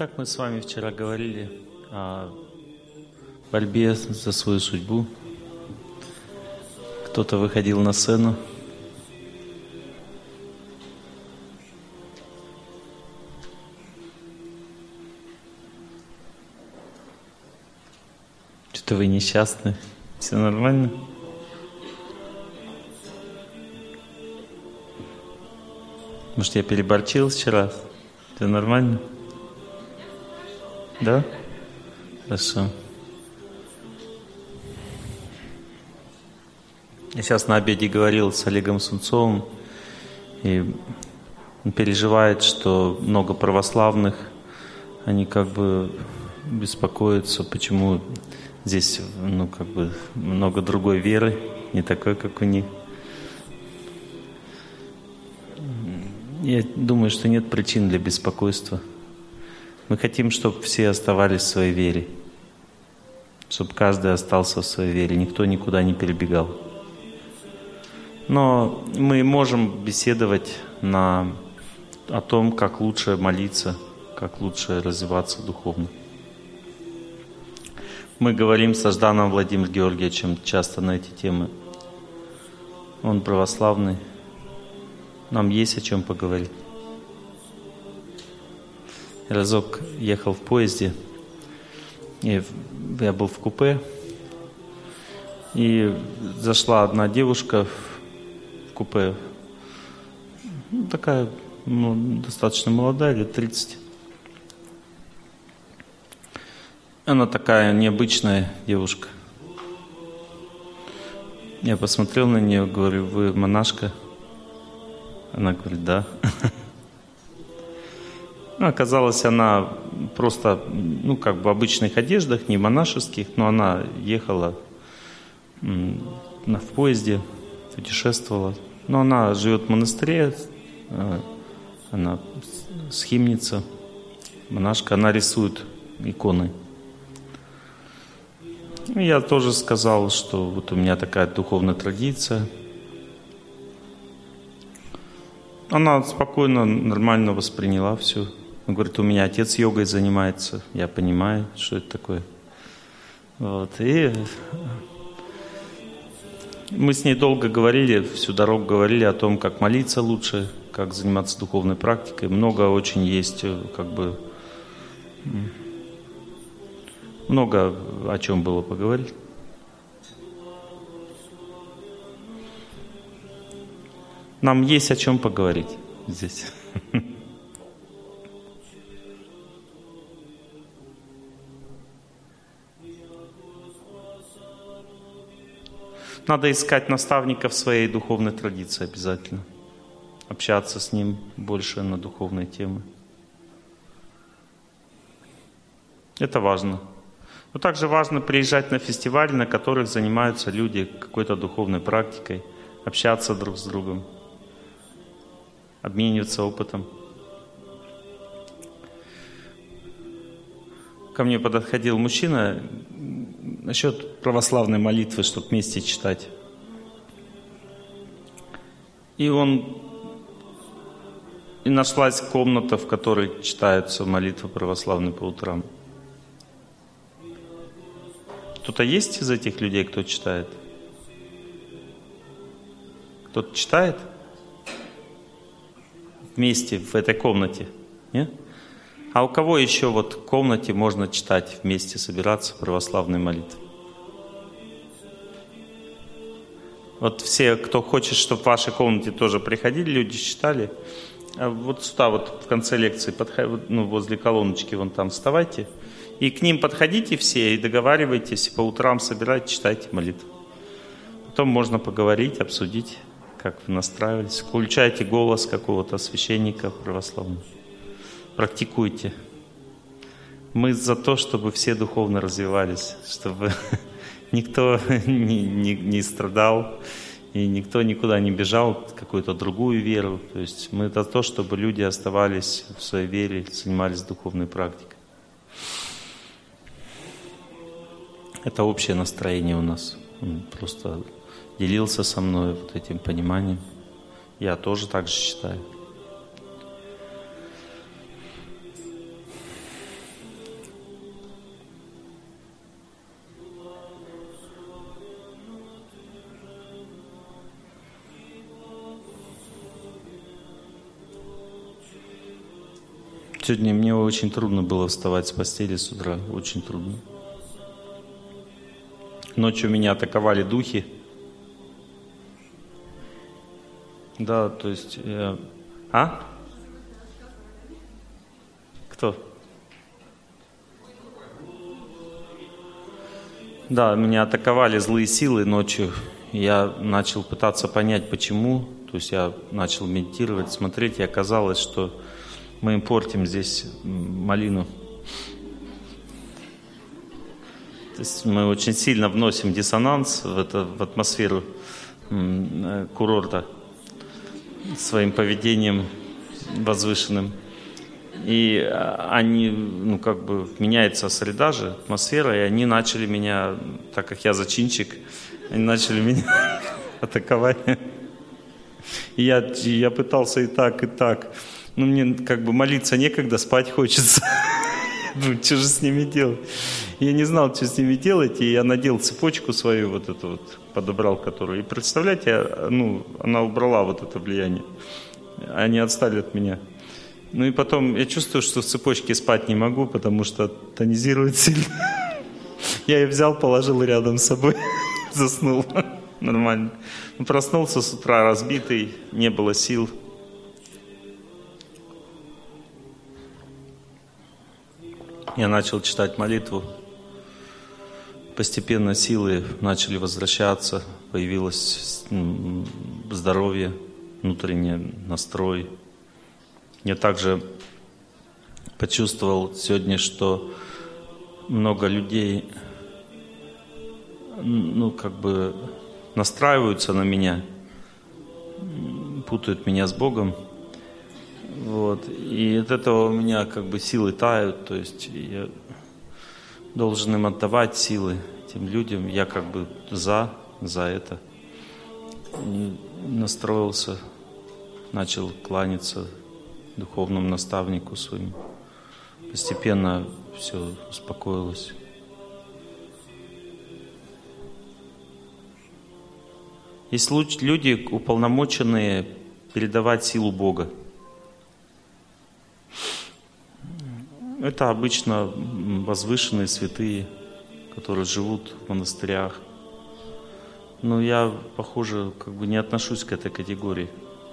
Итак, мы с вами вчера говорили о борьбе за свою судьбу. Кто-то выходил на сцену. Что-то вы несчастны. Все нормально? Может, я переборчил вчера? Все нормально? Да? Хорошо. Я сейчас на обеде говорил с Олегом Сунцовым, и он переживает, что много православных, они как бы беспокоятся, почему здесь, много другой веры, не такой, как у них. Я думаю, что нет причин для беспокойства. Мы хотим, чтобы все оставались в своей вере, чтобы каждый остался в своей вере, никто никуда не перебегал. Но мы можем беседовать о том, как лучше молиться, как лучше развиваться духовно. Мы говорим со Жданом Владимиром Георгиевичем часто на эти темы. Он православный. Нам есть о чем поговорить. Разок ехал в поезде, и я был в купе, и зашла одна девушка в купе, такая, достаточно молодая, лет 30. Она такая необычная девушка. Я посмотрел на нее, говорю: вы монашка? Она говорит: да. Оказалось, она просто, в обычных одеждах, не монашеских, но она ехала в поезде, путешествовала. Но она живет в монастыре, она схимница, монашка, она рисует иконы. Я тоже сказал, что вот у меня такая духовная традиция. Она спокойно, нормально восприняла все. Он говорит: у меня отец йогой занимается, я понимаю, что это такое. И мы с ней долго говорили, всю дорогу говорили о том, как молиться лучше, как заниматься духовной практикой. Много очень есть, много о чем было поговорить. Нам есть о чем поговорить здесь. Надо искать наставников своей духовной традиции обязательно. Общаться с ним больше на духовные темы. Это важно. Но также важно приезжать на фестивали, на которых занимаются люди какой-то духовной практикой, общаться друг с другом, обмениваться опытом. Ко мне подходил мужчина насчет православной молитвы, чтобы вместе читать. И нашлась комната, в которой читаются молитвы православные по утрам. Кто-то есть из этих людей, кто читает? Кто-то читает? Вместе в этой комнате? Нет? А у кого еще в комнате можно читать вместе, собираться православные молитвы? Все, кто хочет, чтобы в вашей комнате тоже приходили, люди читали. А сюда, в конце лекции, возле колоночки, вон там вставайте. И к ним подходите все и договаривайтесь, по утрам собирайте, читайте молитву. Потом можно поговорить, обсудить, как вы настраивались. Включайте голос какого-то священника православного. Практикуйте. Мы за то, чтобы все духовно развивались, чтобы никто не страдал и никто никуда не бежал в какую-то другую веру. То есть мы за то, чтобы люди оставались в своей вере, занимались духовной практикой. Это общее настроение у нас. Он просто делился со мной этим пониманием. Я тоже так же считаю. Сегодня мне очень трудно было вставать с постели с утра, очень трудно. Ночью меня атаковали духи. Да, то есть... А? Кто? Да, меня атаковали злые силы ночью. Я начал пытаться понять, почему. То есть я начал медитировать, смотреть, и оказалось, что мы им портим здесь малину. То есть мы очень сильно вносим диссонанс в атмосферу курорта своим поведением возвышенным. И они, меняется среда же, атмосфера, и они начали меня, так как я зачинщик, они начали меня атаковать. И я пытался и так, и так. Но мне молиться некогда, спать хочется. Что же с ними делать? Я не знал, что с ними делать, и я надел цепочку свою, вот эту вот, подобрал которую. И представляете, она убрала вот это влияние. Они отстали от меня. Ну и потом я чувствую, что в цепочке спать не могу, потому что тонизирует сильно. Я ее взял, положил рядом с собой, заснул. Нормально. Проснулся с утра разбитый, не было сил. Я начал читать молитву. Постепенно силы начали возвращаться, появилось здоровье, внутренний настрой. Я также почувствовал сегодня, что много людей, настраиваются на меня, путают меня с Богом. Вот. И от этого у меня силы тают, то есть я должен им отдавать силы, этим людям. Я за это. И настроился, начал кланяться духовному наставнику своему. Постепенно все успокоилось. Есть люди, уполномоченные передавать силу Бога. Это обычно возвышенные святые, которые живут в монастырях. Но я, похоже, не отношусь к этой категории.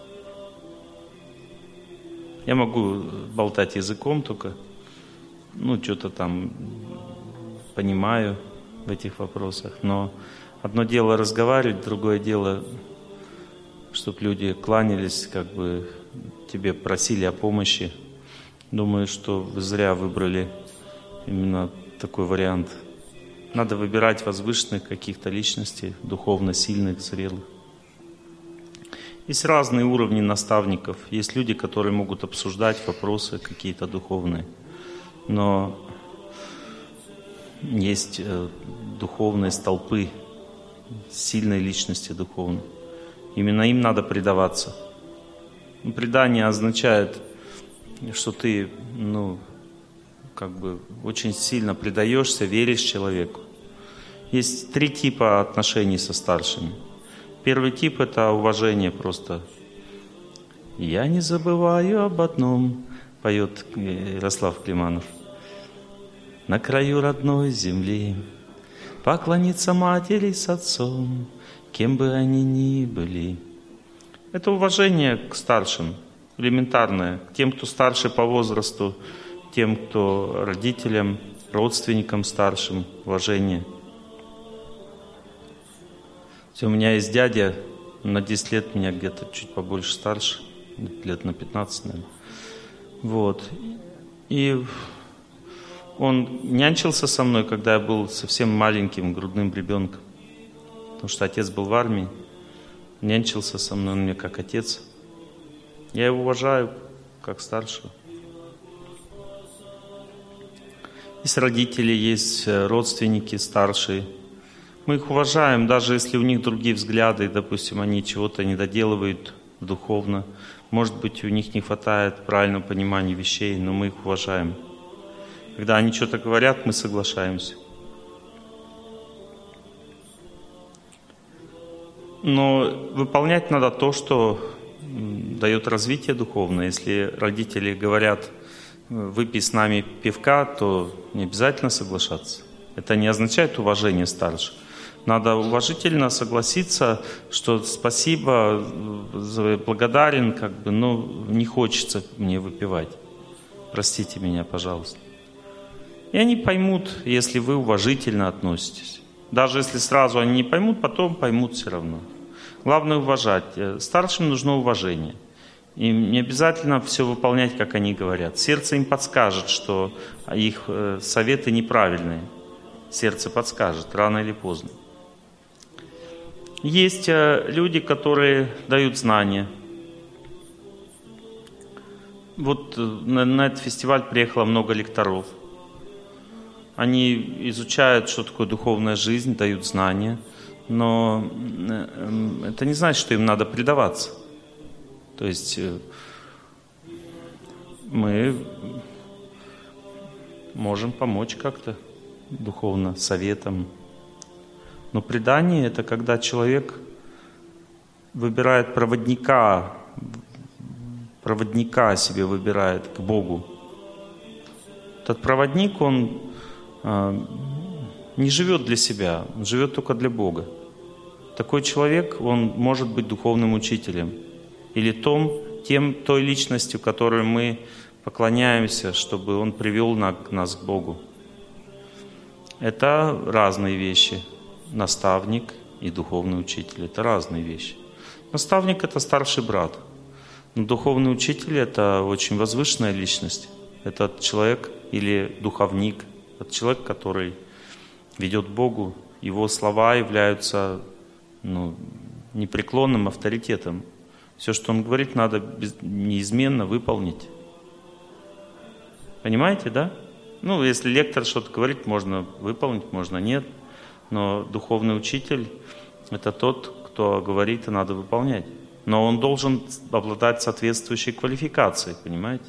Я могу болтать языком только, что-то там понимаю в этих вопросах. Но одно дело разговаривать, другое дело, чтобы люди кланялись, тебе просили о помощи. Думаю, что вы зря выбрали именно такой вариант. Надо выбирать возвышенных каких-то личностей, духовно сильных, зрелых. Есть разные уровни наставников. Есть люди, которые могут обсуждать вопросы какие-то духовные. Но есть духовные столпы, сильные личности духовные. Именно им надо предаваться. Предание означает, что ты, очень сильно предаешься, веришь человеку. Есть 3 типа отношений со старшими. Первый тип — это уважение просто. «Я не забываю об одном», — поет Ярослав Климанов. «На краю родной земли поклониться матери с отцом, кем бы они ни были». Это уважение к старшим, элементарное, к тем, кто старше по возрасту, тем, кто родителям, родственникам старшим, уважение. У меня есть дядя, на 10 лет меня где-то чуть побольше старше, лет на 15, наверное. Вот. И он нянчился со мной, когда я был совсем маленьким, грудным ребенком. Потому что отец был в армии, нянчился со мной, он мне как отец. Я его уважаю как старшего. Есть родители, есть родственники старшие. Мы их уважаем, даже если у них другие взгляды, допустим, они чего-то не доделывают духовно. Может быть, у них не хватает правильного понимания вещей, но мы их уважаем. Когда они что-то говорят, мы соглашаемся. Но выполнять надо то, что дает развитие духовное. Если родители говорят выпей с нами пивка, то не обязательно соглашаться. Это не означает уважение старших. Надо уважительно согласиться, что спасибо, благодарен, но не хочется мне выпивать. Простите меня, пожалуйста. И они поймут, если вы уважительно относитесь. Даже если сразу они не поймут, потом поймут все равно. Главное уважать. Старшим нужно уважение. Им не обязательно все выполнять, как они говорят. Сердце им подскажет, что их советы неправильные. Сердце подскажет, рано или поздно. Есть люди, которые дают знания. Вот на этот фестиваль приехало много лекторов. Они изучают, что такое духовная жизнь, дают знания. Но это не значит, что им надо предаваться. То есть мы можем помочь как-то духовно, советом. Но предание — это когда человек выбирает проводника себе выбирает к Богу. Этот проводник, он не живет для себя, он живет только для Бога. Такой человек, он может быть духовным учителем или той личностью, которой мы поклоняемся, чтобы он привел нас к Богу. Это разные вещи. Наставник и духовный учитель — это разные вещи. Наставник — это старший брат. Но духовный учитель — это очень возвышенная личность. Это человек или духовник, это человек, который ведет к Богу. Его слова являются непреклонным авторитетом. Все, что он говорит, надо неизменно выполнить. Понимаете, да? Если лектор что-то говорит, можно выполнить, можно нет. Но духовный учитель — это тот, кто говорит, и надо выполнять. Но он должен обладать соответствующей квалификацией, понимаете?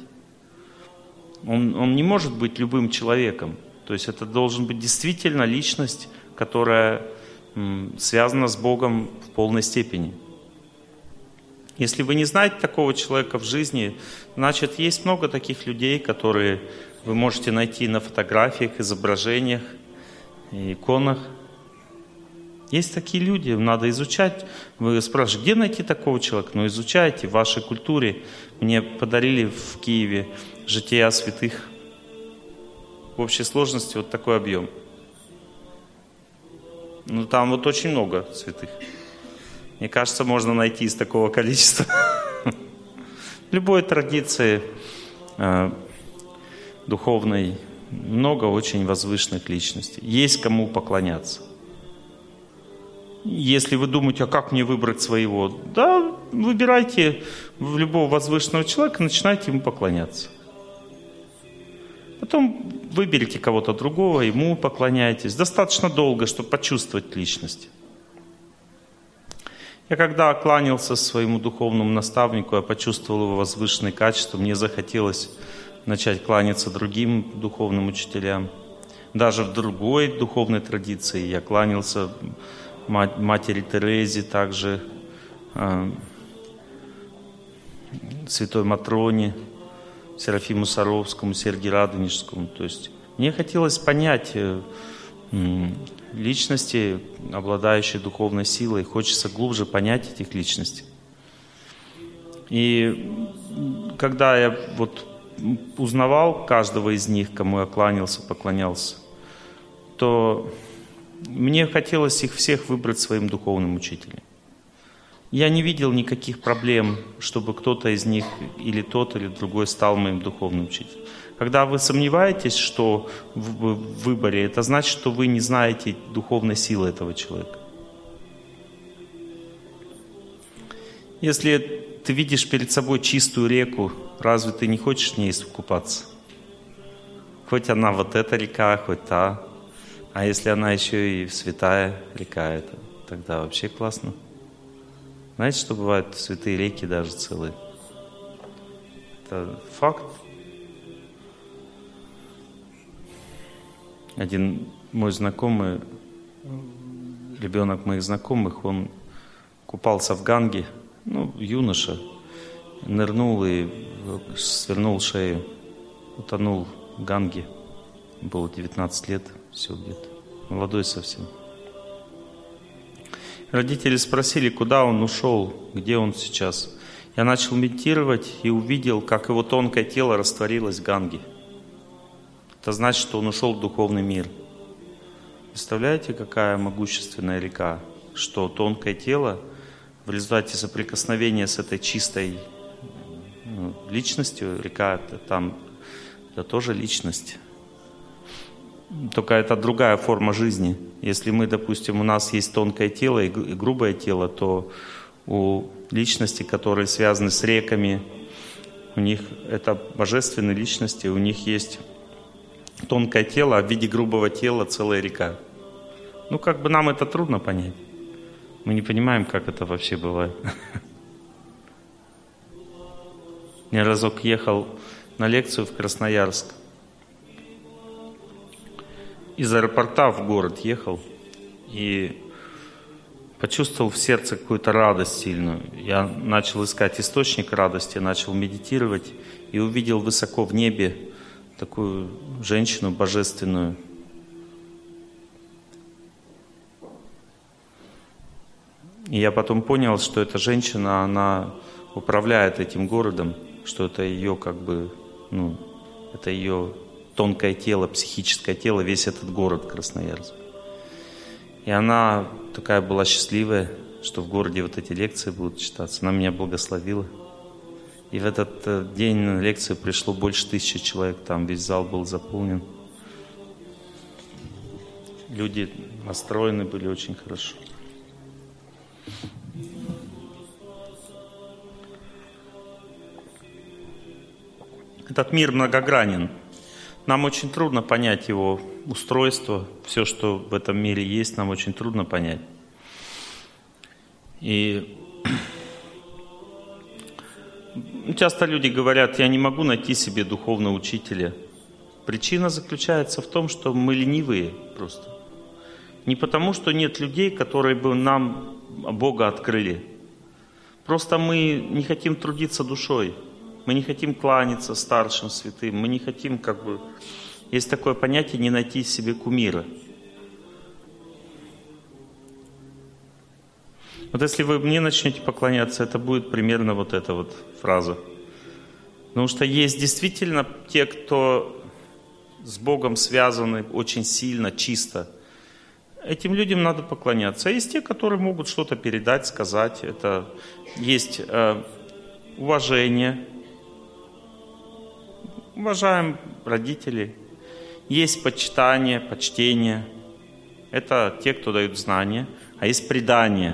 Он не может быть любым человеком. То есть это должен быть действительно личность, которая связана с Богом в полной степени. Если вы не знаете такого человека в жизни, значит, есть много таких людей, которые вы можете найти на фотографиях, изображениях, иконах. Есть такие люди, надо изучать. Вы спрашиваете, где найти такого человека? Изучайте в вашей культуре. Мне подарили в Киеве «Жития святых». В общей сложности вот такой объем. Там вот очень много святых. Мне кажется, можно найти из такого количества. В любой традиции духовной много очень возвышенных личностей. Есть кому поклоняться. Если вы думаете, а как мне выбрать своего? Да, выбирайте любого возвышенного человека, начинайте ему поклоняться. Потом выберите кого-то другого, ему поклоняйтесь. Достаточно долго, чтобы почувствовать личность. Я когда кланялся своему духовному наставнику, я почувствовал его возвышенные качества, мне захотелось начать кланяться другим духовным учителям. Даже в другой духовной традиции я кланялся матери Терезе, также святой Матроне, Серафиму Саровскому, Сергию Радонежскому. То есть мне хотелось понять личности, обладающие духовной силой. Хочется глубже понять этих личностей. И когда я узнавал каждого из них, кому я кланялся, поклонялся, то мне хотелось их всех выбрать своим духовным учителем. Я не видел никаких проблем, чтобы кто-то из них, или тот, или другой, стал моим духовным учителем. Когда вы сомневаетесь, что в выборе, это значит, что вы не знаете духовной силы этого человека. Если ты видишь перед собой чистую реку, разве ты не хочешь в ней искупаться? Хоть она вот эта река, хоть та. А если она еще и святая река, это тогда вообще классно. Знаете, что бывают святые реки даже целые? Это факт. Один мой знакомый, ребенок моих знакомых, он купался в Ганге, юноша, нырнул и свернул шею. утонул в Ганге. Было 19 лет, все где-то. Молодой совсем. Родители спросили, куда он ушел, где он сейчас. Я начал медитировать и увидел, как его тонкое тело растворилось в Ганге. Это значит, что он ушел в духовный мир. Представляете, какая могущественная река? Что тонкое тело в результате соприкосновения с этой чистой личностью, река это тоже личность. Только это другая форма жизни. Если мы, допустим, у нас есть тонкое тело и грубое тело, то у личностей, которые связаны с реками, у них это божественные личности, у них есть тонкое тело, а в виде грубого тела целая река. Как бы нам это трудно понять. Мы не понимаем, как это вообще бывает. Я разок ехал на лекцию в Красноярск. Из аэропорта в город ехал и почувствовал в сердце какую-то радость сильную. Я начал искать источник радости, начал медитировать и увидел высоко в небе такую женщину божественную. И я потом понял, что эта женщина, она управляет этим городом, что это ее это ее тонкое тело, психическое тело, весь этот город Красноярск. И она такая была счастливая, что в городе вот эти лекции будут читаться. Она меня благословила. И в этот день на лекцию пришло больше 1000 человек, там весь зал был заполнен. Люди настроены были очень хорошо. Этот мир многогранен. Нам очень трудно понять его устройство. Все, что в этом мире есть, нам очень трудно понять. И часто люди говорят, я не могу найти себе духовного учителя. Причина заключается в том, что мы ленивые просто. Не потому, что нет людей, которые бы нам Бога открыли. Просто мы не хотим трудиться душой. Мы не хотим кланяться старшим святым. Мы не хотим Есть такое понятие не найти себе кумира. Вот если вы мне начнете поклоняться, это будет примерно вот эта вот фраза. Потому что есть действительно те, кто с Богом связаны очень сильно, чисто. Этим людям надо поклоняться. А есть те, которые могут что-то передать, сказать. Это есть уважение. Уважаем родителей. Есть почитание, почтение. Это те, кто дают знания. А есть предание.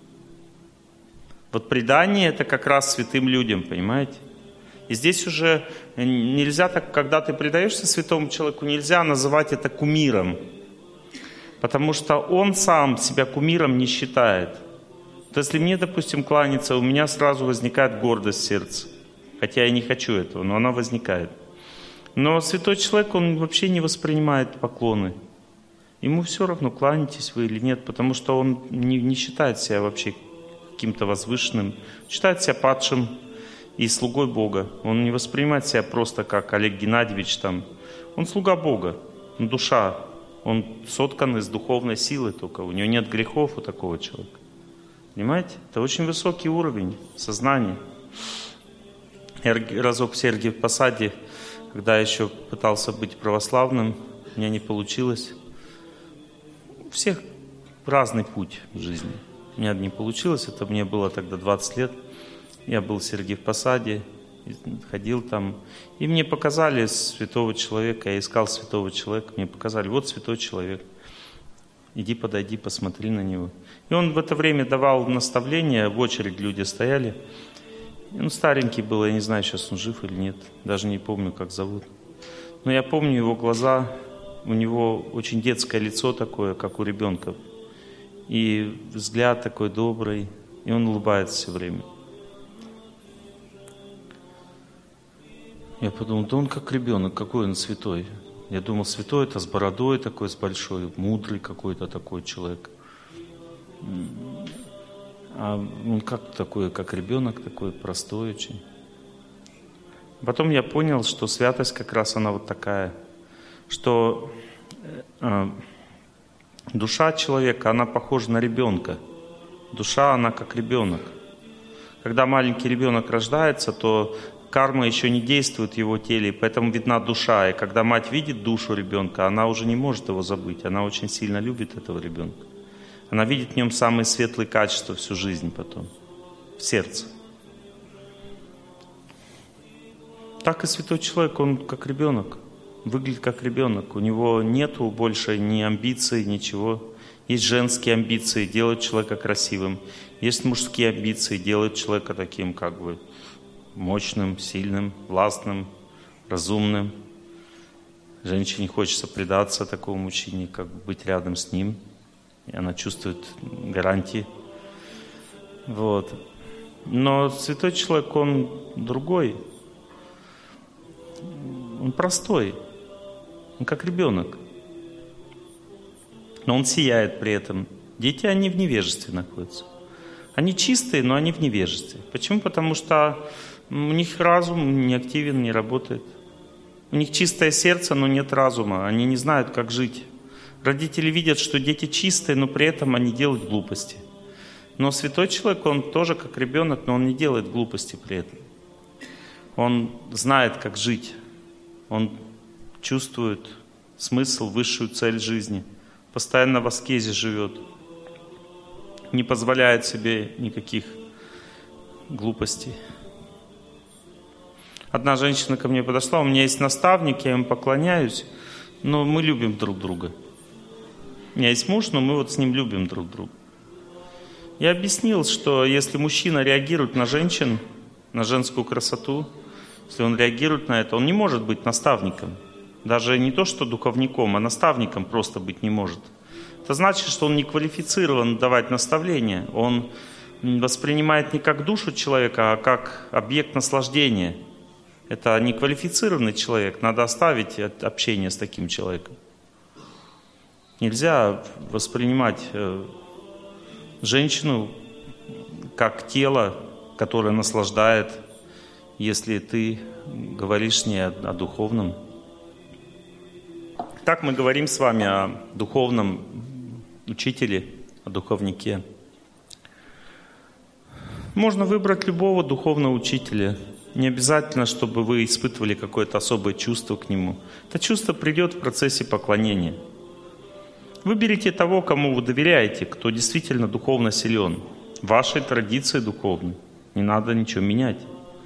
Вот предание — это как раз святым людям, понимаете? И здесь уже нельзя так, когда ты предаешься святому человеку, нельзя называть это кумиром. Потому что он сам себя кумиром не считает. То если мне, допустим, кланяться, у меня сразу возникает гордость в сердце. Хотя я не хочу этого, но она возникает. Но святой человек, он вообще не воспринимает поклоны. Ему все равно, кланяетесь вы или нет, потому что он не считает себя вообще каким-то возвышенным, считает себя падшим и слугой Бога. Он не воспринимает себя просто как Олег Геннадьевич там. Он слуга Бога, он душа, он соткан из духовной силы только. У него нет грехов у такого человека. Понимаете? Это очень высокий уровень сознания. Я разок в Сергиев Посаде, когда еще пытался быть православным, у меня не получилось. У всех разный путь в жизни. У меня не получилось, это мне было тогда 20 лет. Я был в Сергиев Посаде, ходил там. И мне показали святого человека, я искал святого человека, мне показали, вот святой человек. Иди подойди, посмотри на него. И он в это время давал наставления, в очередь люди стояли. Он старенький был, я не знаю, сейчас он жив или нет. Даже не помню, как зовут. Но я помню его глаза, у него очень детское лицо такое, как у ребенка. И взгляд такой добрый, и он улыбается все время. Я подумал, да он как ребенок, какой он святой. Я думал, святой это с бородой такой, с большой, мудрый какой-то такой человек. А он как такой, как ребенок такой, простой очень. Потом я понял, что святость как раз она вот такая, что душа человека, она похожа на ребенка. Душа, она как ребенок. Когда маленький ребенок рождается, то карма еще не действует в его теле, поэтому видна душа. И когда мать видит душу ребенка, она уже не может его забыть. Она очень сильно любит этого ребенка. Она видит в нем самые светлые качества всю жизнь потом, в сердце. Так и святой человек, он как ребенок, выглядит как ребенок. У него нету больше ни амбиций, ничего. Есть женские амбиции, делают человека красивым. Есть мужские амбиции, делают человека таким как бы мощным, сильным, властным, разумным. Женщине хочется предаться такому мужчине, как бы быть рядом с ним. И она чувствует гарантии. Вот. Но святой человек, он другой. Он простой. Он как ребенок. Но он сияет при этом. Дети, они в невежестве находятся. Они чистые, но они в невежестве. Почему? Потому что у них разум не активен, не работает. У них чистое сердце, но нет разума. Они не знают, как жить. Родители видят, что дети чистые, но при этом они делают глупости. Но святой человек, он тоже как ребенок, но он не делает глупости при этом. Он знает, как жить. Он чувствует смысл, высшую цель жизни. Постоянно в аскезе живет. Не позволяет себе никаких глупостей. Одна женщина ко мне подошла, у меня есть наставник, я ему поклоняюсь, но мы любим друг друга. У меня есть муж, но мы вот с ним любим друг друга. Я объяснил, что если мужчина реагирует на женщин, на женскую красоту, если он реагирует на это, он не может быть наставником. Даже не то, что духовником, а наставником просто быть не может. Это значит, что он не квалифицирован давать наставления. Он воспринимает не как душу человека, а как объект наслаждения. Это неквалифицированный человек. Надо оставить общение с таким человеком. Нельзя воспринимать женщину как тело, которое наслаждает, если ты говоришь с ней о духовном. Так мы говорим с вами о духовном учителе, о духовнике. Можно выбрать любого духовного учителя. Не обязательно, чтобы вы испытывали какое-то особое чувство к нему. Это чувство придет в процессе поклонения. Выберите того, кому вы доверяете, кто действительно духовно силен. Вашей традиции духовной. Не надо ничего менять.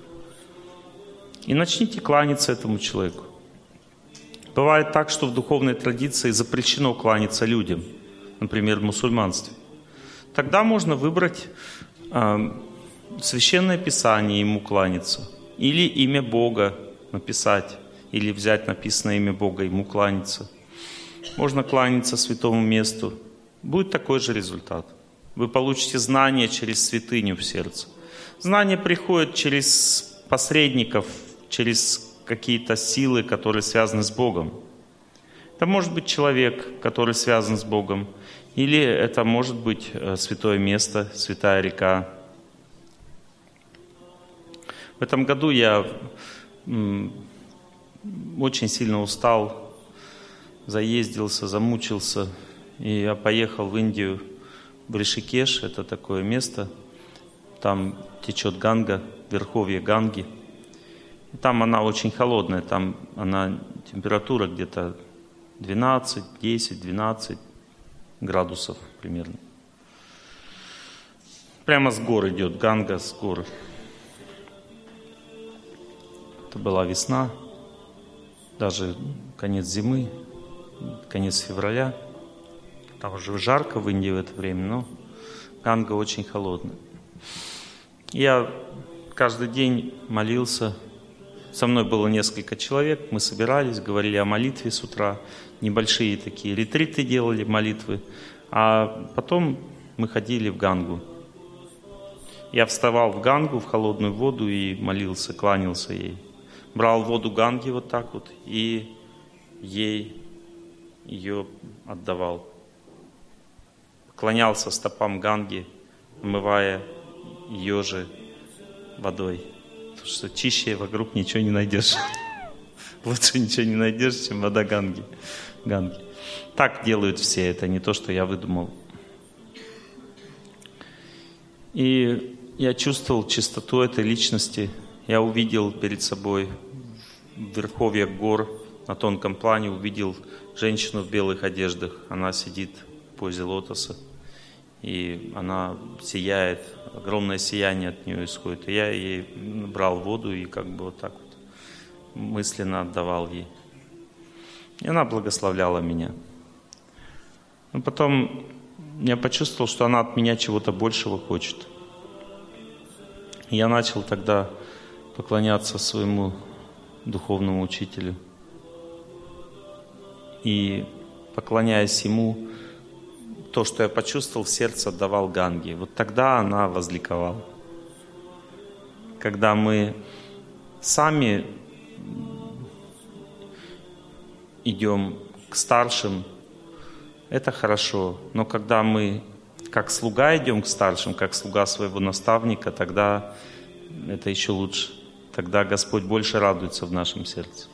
И начните кланяться этому человеку. Бывает так, что в духовной традиции запрещено кланяться людям, например, в мусульманстве. Тогда можно выбрать священное писание, ему кланяться, или имя Бога написать, или взять написанное имя Бога, ему кланяться. Можно кланяться святому месту. Будет такой же результат. Вы получите знание через святыню в сердце. Знание приходит через посредников, через какие-то силы, которые связаны с Богом. Это может быть человек, который связан с Богом, или это может быть святое место, святая река. В этом году я очень сильно устал, заездился, замучился, и я поехал в Индию, в Ришикеш, это такое место, там течет Ганга, верховье Ганги. Там она очень холодная, там она температура где-то 12, 10, 12 градусов примерно. Прямо с гор идет Ганга, с гор. Это была весна, даже конец зимы, конец февраля. Там уже жарко в Индии в это время, но Ганга очень холодная. Я каждый день молился. Со мной было несколько человек, мы собирались, говорили о молитве с утра, небольшие такие ретриты делали, молитвы, а потом мы ходили в Гангу. Я вставал в Гангу, в холодную воду и молился, кланялся ей. Брал воду Ганги вот так вот и ей ее отдавал. Клонялся стопам Ганги, омывая ее же водой. потому что чище вокруг ничего не найдешь. Лучше ничего не найдешь, чем вода Ганги. Так делают все, это не то, что я выдумал. И я чувствовал чистоту этой личности. Я увидел перед собой в верховьях гор, на тонком плане, увидел женщину в белых одеждах. Она сидит в позе лотоса, и она сияет, огромное сияние от нее исходит. И я ей брал воду и как бы вот так вот мысленно отдавал ей. И она благословляла меня. Но потом я почувствовал, что она от меня чего-то большего хочет. И я начал тогда поклоняться своему духовному учителю. И, поклоняясь ему, то, что я почувствовал в сердце, отдавал Ганге. Вот тогда она возликовала. Когда мы сами идем к старшим, это хорошо. Но когда мы как слуга идем к старшим, как слуга своего наставника, тогда это еще лучше. Тогда Господь больше радуется в нашем сердце.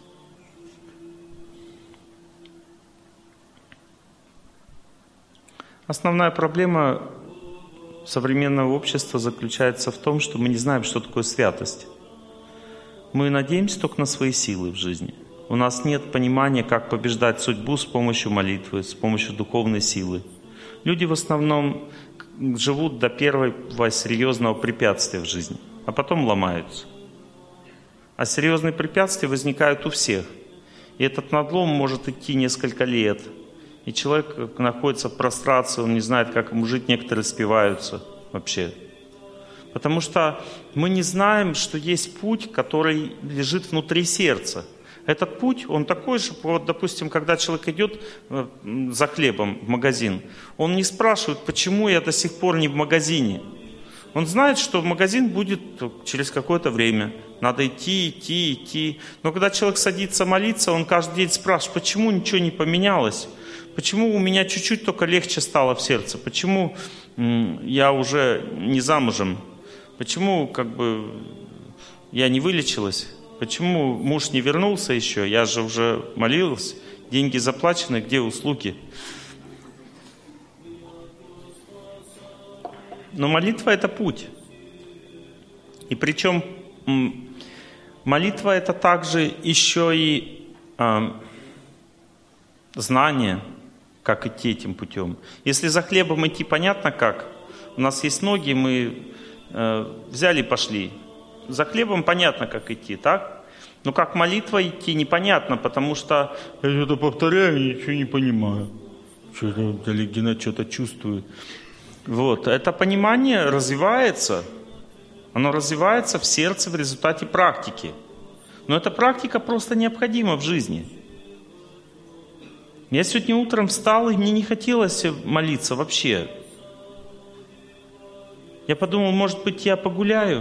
Основная проблема современного общества заключается в том, что мы не знаем, что такое святость. Мы надеемся только на свои силы в жизни. У нас нет понимания, как побеждать судьбу с помощью молитвы, с помощью духовной силы. Люди в основном живут до первого серьезного препятствия в жизни, а потом ломаются. А серьезные препятствия возникают у всех. И этот надлом может идти несколько лет. И человек находится в прострации, он не знает, как ему жить, некоторые спиваются вообще. Потому что мы не знаем, что есть путь, который лежит внутри сердца. Этот путь, он такой же, вот, допустим, когда человек идет за хлебом в магазин, он не спрашивает, почему я до сих пор не в магазине. Он знает, что магазин будет через какое-то время. Надо идти. Но когда человек садится молиться, он каждый день спрашивает, почему ничего не поменялось? Почему у меня чуть-чуть только легче стало в сердце? Почему я уже не замужем? Почему я не вылечилась? Почему муж не вернулся еще? Я же уже молилась. Деньги заплачены, где услуги? Но молитва – это путь. И причем молитва – это также еще и знание, как идти этим путем. Если за хлебом идти, понятно как. У нас есть ноги, мы взяли и пошли. За хлебом понятно, как идти, так? Но как молитва идти, непонятно, потому что я это повторяю, ничего не понимаю. Что-то Легина что-то чувствует. Вот, это понимание развивается. Оно развивается в сердце в результате практики. Но эта практика просто необходима в жизни. Я сегодня утром встал, и мне не хотелось молиться вообще. Я подумал, может быть, я погуляю.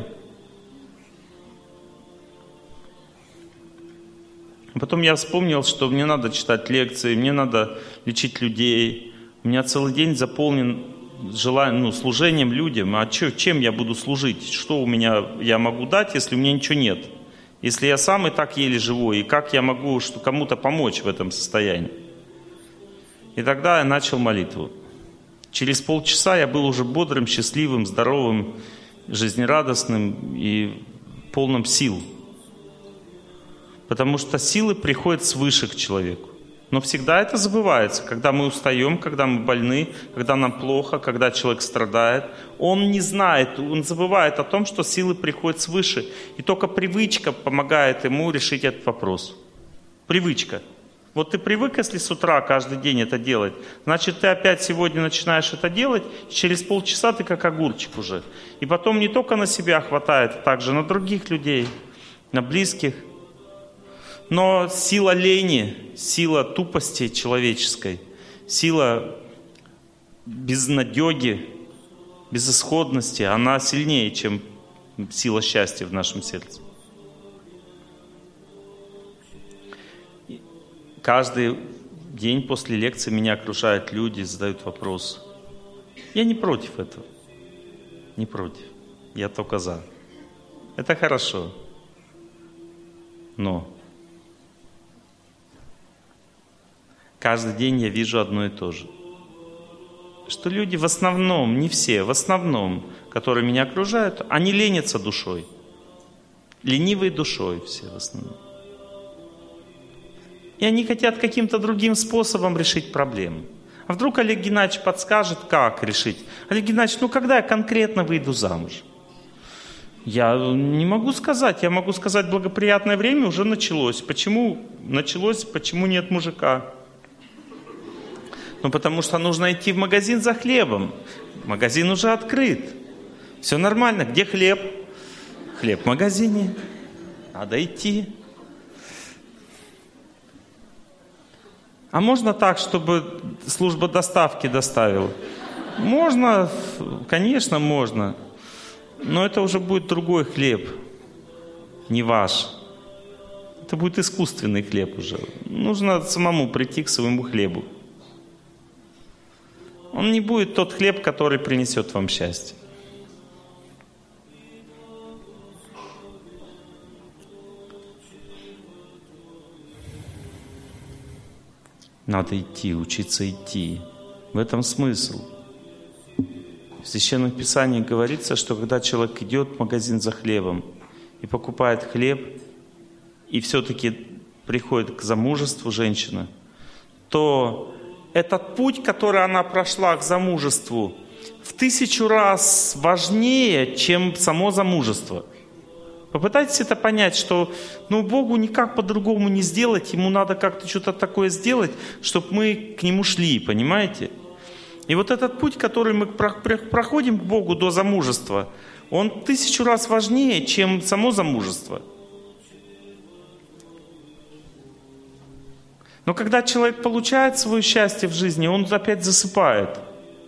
Потом я вспомнил, что мне надо читать лекции, мне надо лечить людей. У меня целый день заполнен служением людям. А чем я буду служить? Что я могу дать, если у меня ничего нет? Если я сам и так еле живой, и как я могу кому-то помочь в этом состоянии? И тогда я начал молитву. Через полчаса я был уже бодрым, счастливым, здоровым, жизнерадостным и полным сил. Потому что силы приходят свыше к человеку. Но всегда это забывается. Когда мы устаем, когда мы больны, когда нам плохо, когда человек страдает, он не знает, он забывает о том, что силы приходят свыше. И только привычка помогает ему решить этот вопрос. Привычка. Вот ты привык, если с утра каждый день это делать, значит, ты опять сегодня начинаешь это делать, и через полчаса ты как огурчик уже. И потом не только на себя хватает, а также на других людей, на близких. Но сила лени, сила тупости человеческой, сила безнадеги, безысходности, она сильнее, чем сила счастья в нашем сердце. Каждый день после лекции меня окружают люди, задают вопрос. Я не против этого. Не против. Я только за. Это хорошо. Но каждый день я вижу одно и то же. Что люди в основном, не все, в основном, которые меня окружают, они ленятся душой. Ленивой душой все в основном. И они хотят каким-то другим способом решить проблему. А вдруг Олег Геннадьевич подскажет, как решить? Олег Геннадьевич, когда я конкретно выйду замуж? Я не могу сказать. Я могу сказать, благоприятное время уже началось. Почему началось, почему нет мужика? Ну, потому что нужно идти в магазин за хлебом. Магазин уже открыт. Все нормально. Где хлеб? Хлеб в магазине. Надо идти. А можно так, чтобы служба доставки доставила? Можно, конечно, можно. Но это уже будет другой хлеб. Не ваш. Это будет искусственный хлеб уже. Нужно самому прийти к своему хлебу. Он не будет тот хлеб, который принесет вам счастье. Надо идти, учиться идти. В этом смысл. В Священном Писании говорится, что когда человек идет в магазин за хлебом и покупает хлеб, и все-таки приходит к замужеству женщина, то этот путь, который она прошла к замужеству, в 1000 раз важнее, чем само замужество. Попытайтесь это понять, что Богу никак по-другому не сделать, Ему надо как-то что-то такое сделать, чтобы мы к Нему шли, понимаете? И вот этот путь, который мы проходим к Богу до замужества, он 1000 раз важнее, чем само замужество. Но когда человек получает свое счастье в жизни, он опять засыпает.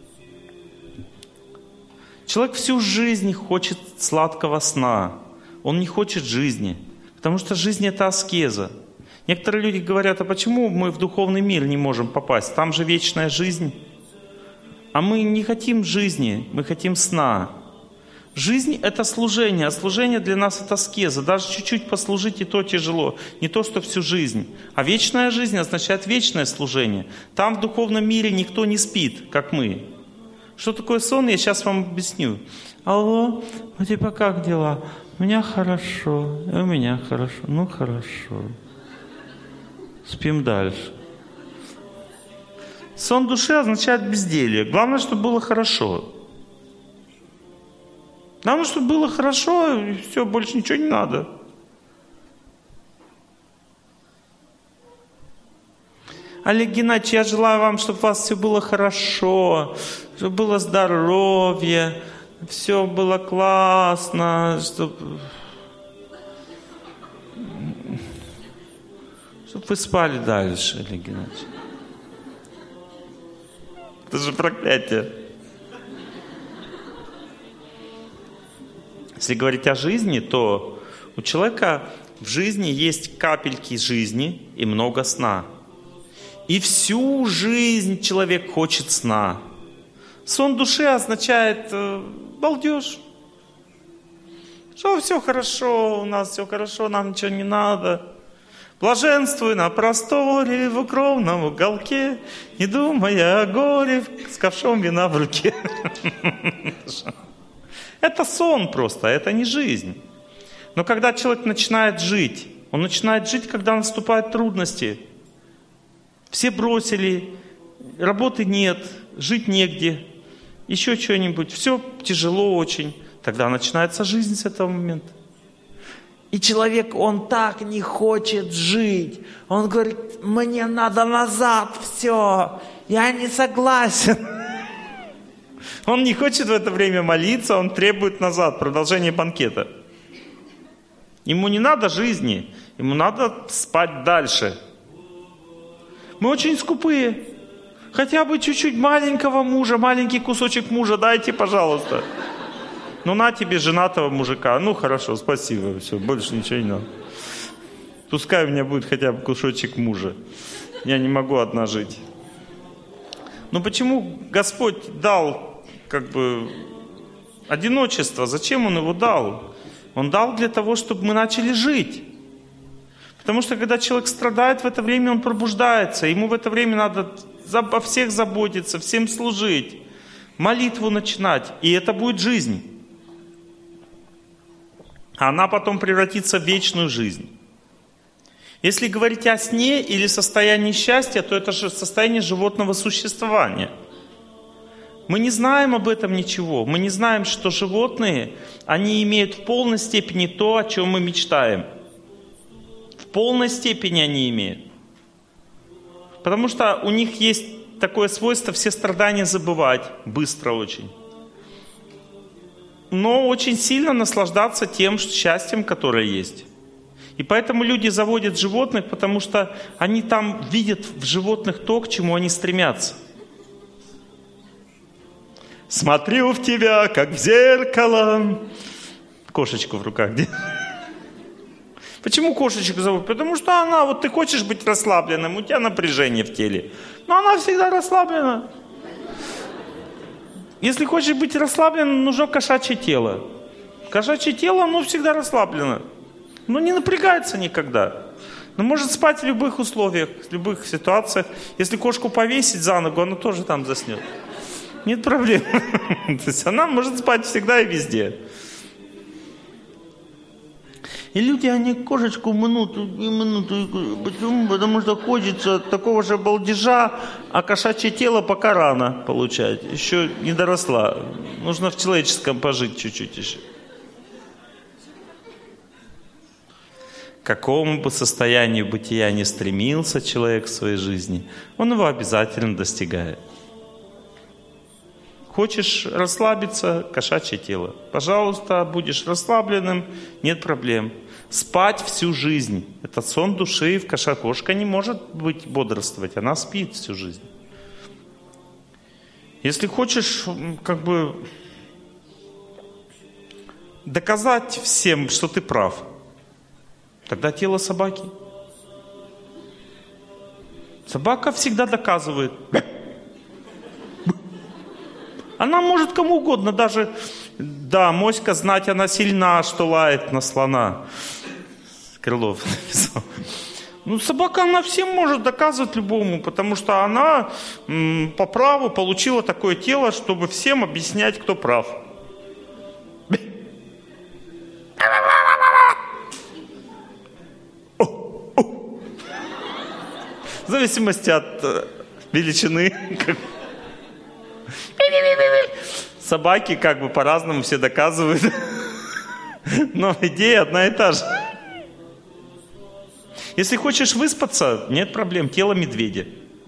Человек всю жизнь хочет сладкого сна. Он не хочет жизни, потому что жизнь — это аскеза. Некоторые люди говорят, а почему мы в духовный мир не можем попасть? Там же вечная жизнь. А мы не хотим жизни, мы хотим сна. Жизнь — это служение, а служение для нас — это аскеза. Даже чуть-чуть послужить и то тяжело. Не то, что всю жизнь. А вечная жизнь означает вечное служение. Там в духовном мире никто не спит, как мы. Что такое сон, я сейчас вам объясню. Алло, у тебя как дела? У меня хорошо, у меня хорошо. Ну хорошо. Спим дальше. Сон души означает безделье. Главное, чтобы было хорошо. Главное, чтобы было хорошо, и все, больше ничего не надо. Олег Геннадьевич, я желаю вам, чтобы у вас все было хорошо, чтобы было здоровье, все было классно, чтобы вы спали дальше, Олег Геннадьевич. Это же проклятие. Если говорить о жизни, то у человека в жизни есть капельки жизни и много сна. И всю жизнь человек хочет сна. Сон души означает балдеж. Что все хорошо, у нас все хорошо, нам ничего не надо. Блаженствуй на просторе, в укромном уголке, не думая о горе, с ковшом вина в руке. Это сон просто, это не жизнь. Но когда человек начинает жить, он начинает жить, когда наступают трудности. Все бросили, работы нет, жить негде, еще что-нибудь. Все тяжело очень. Тогда начинается жизнь с этого момента. И человек, он так не хочет жить. Он говорит, мне надо назад все, я не согласен. Он не хочет в это время молиться, он требует назад, продолжение банкета. Ему не надо жизни, ему надо спать дальше. Мы очень скупые. Хотя бы чуть-чуть маленького мужа, маленький кусочек мужа дайте, пожалуйста. Ну на тебе женатого мужика. Ну хорошо, спасибо, все, больше ничего не надо. Пускай у меня будет хотя бы кусочек мужа. Я не могу одна жить. Но почему Господь дал одиночество? Зачем Он его дал? Он дал для того, чтобы мы начали жить. Потому что когда человек страдает, в это время он пробуждается. Ему в это время надо о всех заботиться, всем служить, молитву начинать. И это будет жизнь. Она потом превратится в вечную жизнь. Если говорить о сне или состоянии счастья, то это же состояние животного существования. Мы не знаем об этом ничего. Мы не знаем, что животные, они имеют в полной степени то, о чем мы мечтаем. В полной степени они имеют. Потому что у них есть такое свойство все страдания забывать, быстро очень. Но очень сильно наслаждаться тем счастьем, которое есть. И поэтому люди заводят животных, потому что они там видят в животных то, к чему они стремятся. Смотрю в тебя, как в зеркало. Кошечку в руках держит. Почему кошечку зовут? Потому что она, вот ты хочешь быть расслабленным, у тебя напряжение в теле. Но она всегда расслаблена. Если хочешь быть расслабленным, нужно кошачье тело. Кошачье тело, оно всегда расслаблено. Оно не напрягается никогда. Но может спать в любых условиях, в любых ситуациях. Если кошку повесить за ногу, она тоже там заснет. Нет проблем. То есть она может спать всегда и везде. И люди, они кошечку мнут и мнут. Почему? Потому что хочется такого же балдежа, а кошачье тело пока рано получать. Еще не доросла. Нужно в человеческом пожить чуть-чуть еще. К какому бы состоянию бытия ни стремился человек в своей жизни, он его обязательно достигает. Хочешь расслабиться – кошачье тело. Пожалуйста, будешь расслабленным – нет проблем. Спать всю жизнь – это сон души. Кошка не может бодрствовать, она спит всю жизнь. Если хочешь доказать всем, что ты прав, тогда тело собаки. Собака всегда доказывает. Она может кому угодно, даже, да, моська знать, она сильна, что лает на слона. Крылов написал. Ну, собака, она всем может доказывать любому, потому что она по праву получила такое тело, чтобы всем объяснять, кто прав. В зависимости от величины. Собаки по-разному все доказывают. Но идея одна и та же. Если хочешь выспаться, нет проблем. Тело медведя.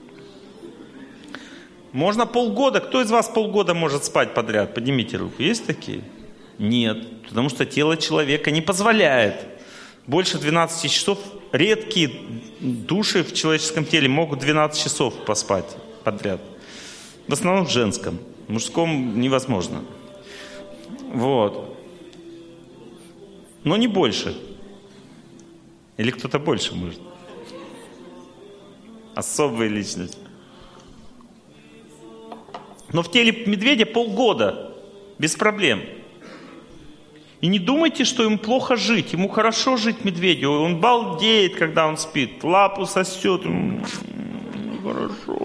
Можно полгода. Кто из вас полгода может спать подряд? Поднимите руку. Есть такие? Нет. Потому что тело человека не позволяет. Больше 12 часов. Редкие души в человеческом теле могут 12 часов поспать подряд. В основном в женском. В мужском невозможно. Вот. Но не больше. Или кто-то больше может. Особые личности. Но в теле медведя полгода. Без проблем. И не думайте, что ему плохо жить. Ему хорошо жить медведю. Он балдеет, когда он спит. Лапу сосет. Хорошо.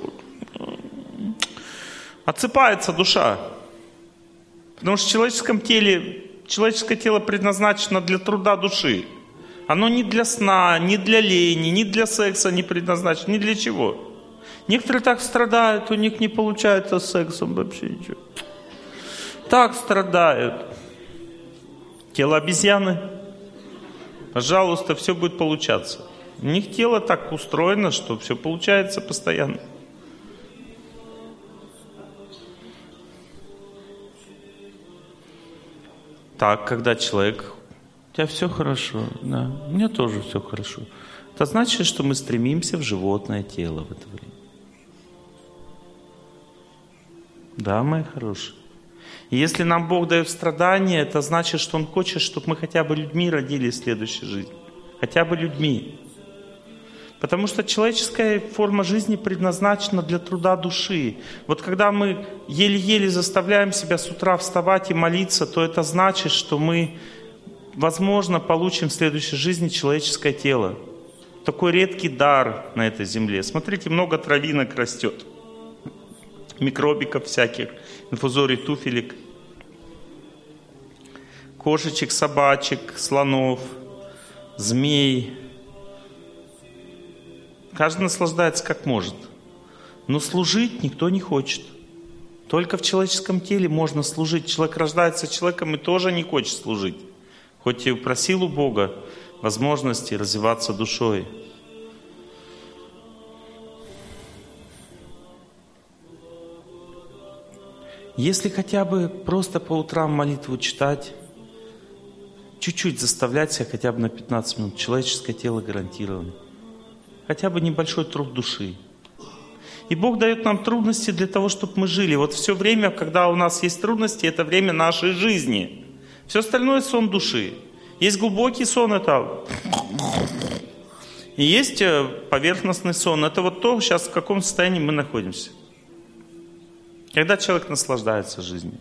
Отсыпается душа. Потому что в человеческом теле, человеческое тело предназначено для труда души. Оно не для сна, не для лени, не для секса не предназначено, ни для чего. Некоторые так страдают, у них не получается с сексом вообще ничего. Так страдают. Тело обезьяны. Пожалуйста, все будет получаться. У них тело так устроено, что все получается постоянно. Так, когда человек, у тебя все хорошо, да, у меня тоже все хорошо. Это значит, что мы стремимся в животное тело в это время. Да, мои хорошие. И если нам Бог дает страдания, это значит, что Он хочет, чтобы мы хотя бы людьми родились в следующей жизни. Хотя бы людьми. Потому что человеческая форма жизни предназначена для труда души. Вот когда мы еле-еле заставляем себя с утра вставать и молиться, то это значит, что мы, возможно, получим в следующей жизни человеческое тело. Такой редкий дар на этой земле. Смотрите, много травинок растет. Микробиков всяких, инфузорий, туфелек, кошечек, собачек, слонов, змей. Каждый наслаждается как может. Но служить никто не хочет. Только в человеческом теле можно служить. Человек рождается человеком и тоже не хочет служить. Хоть и просил у Бога возможности развиваться душой. Если хотя бы просто по утрам молитву читать, чуть-чуть заставлять себя хотя бы на 15 минут, человеческое тело гарантировано. Хотя бы небольшой труд души. И Бог дает нам трудности для того, чтобы мы жили. Вот все время, когда у нас есть трудности, это время нашей жизни. Все остальное — сон души. Есть глубокий сон, это... И есть поверхностный сон. Это вот то, сейчас в каком состоянии мы находимся. Когда человек наслаждается жизнью.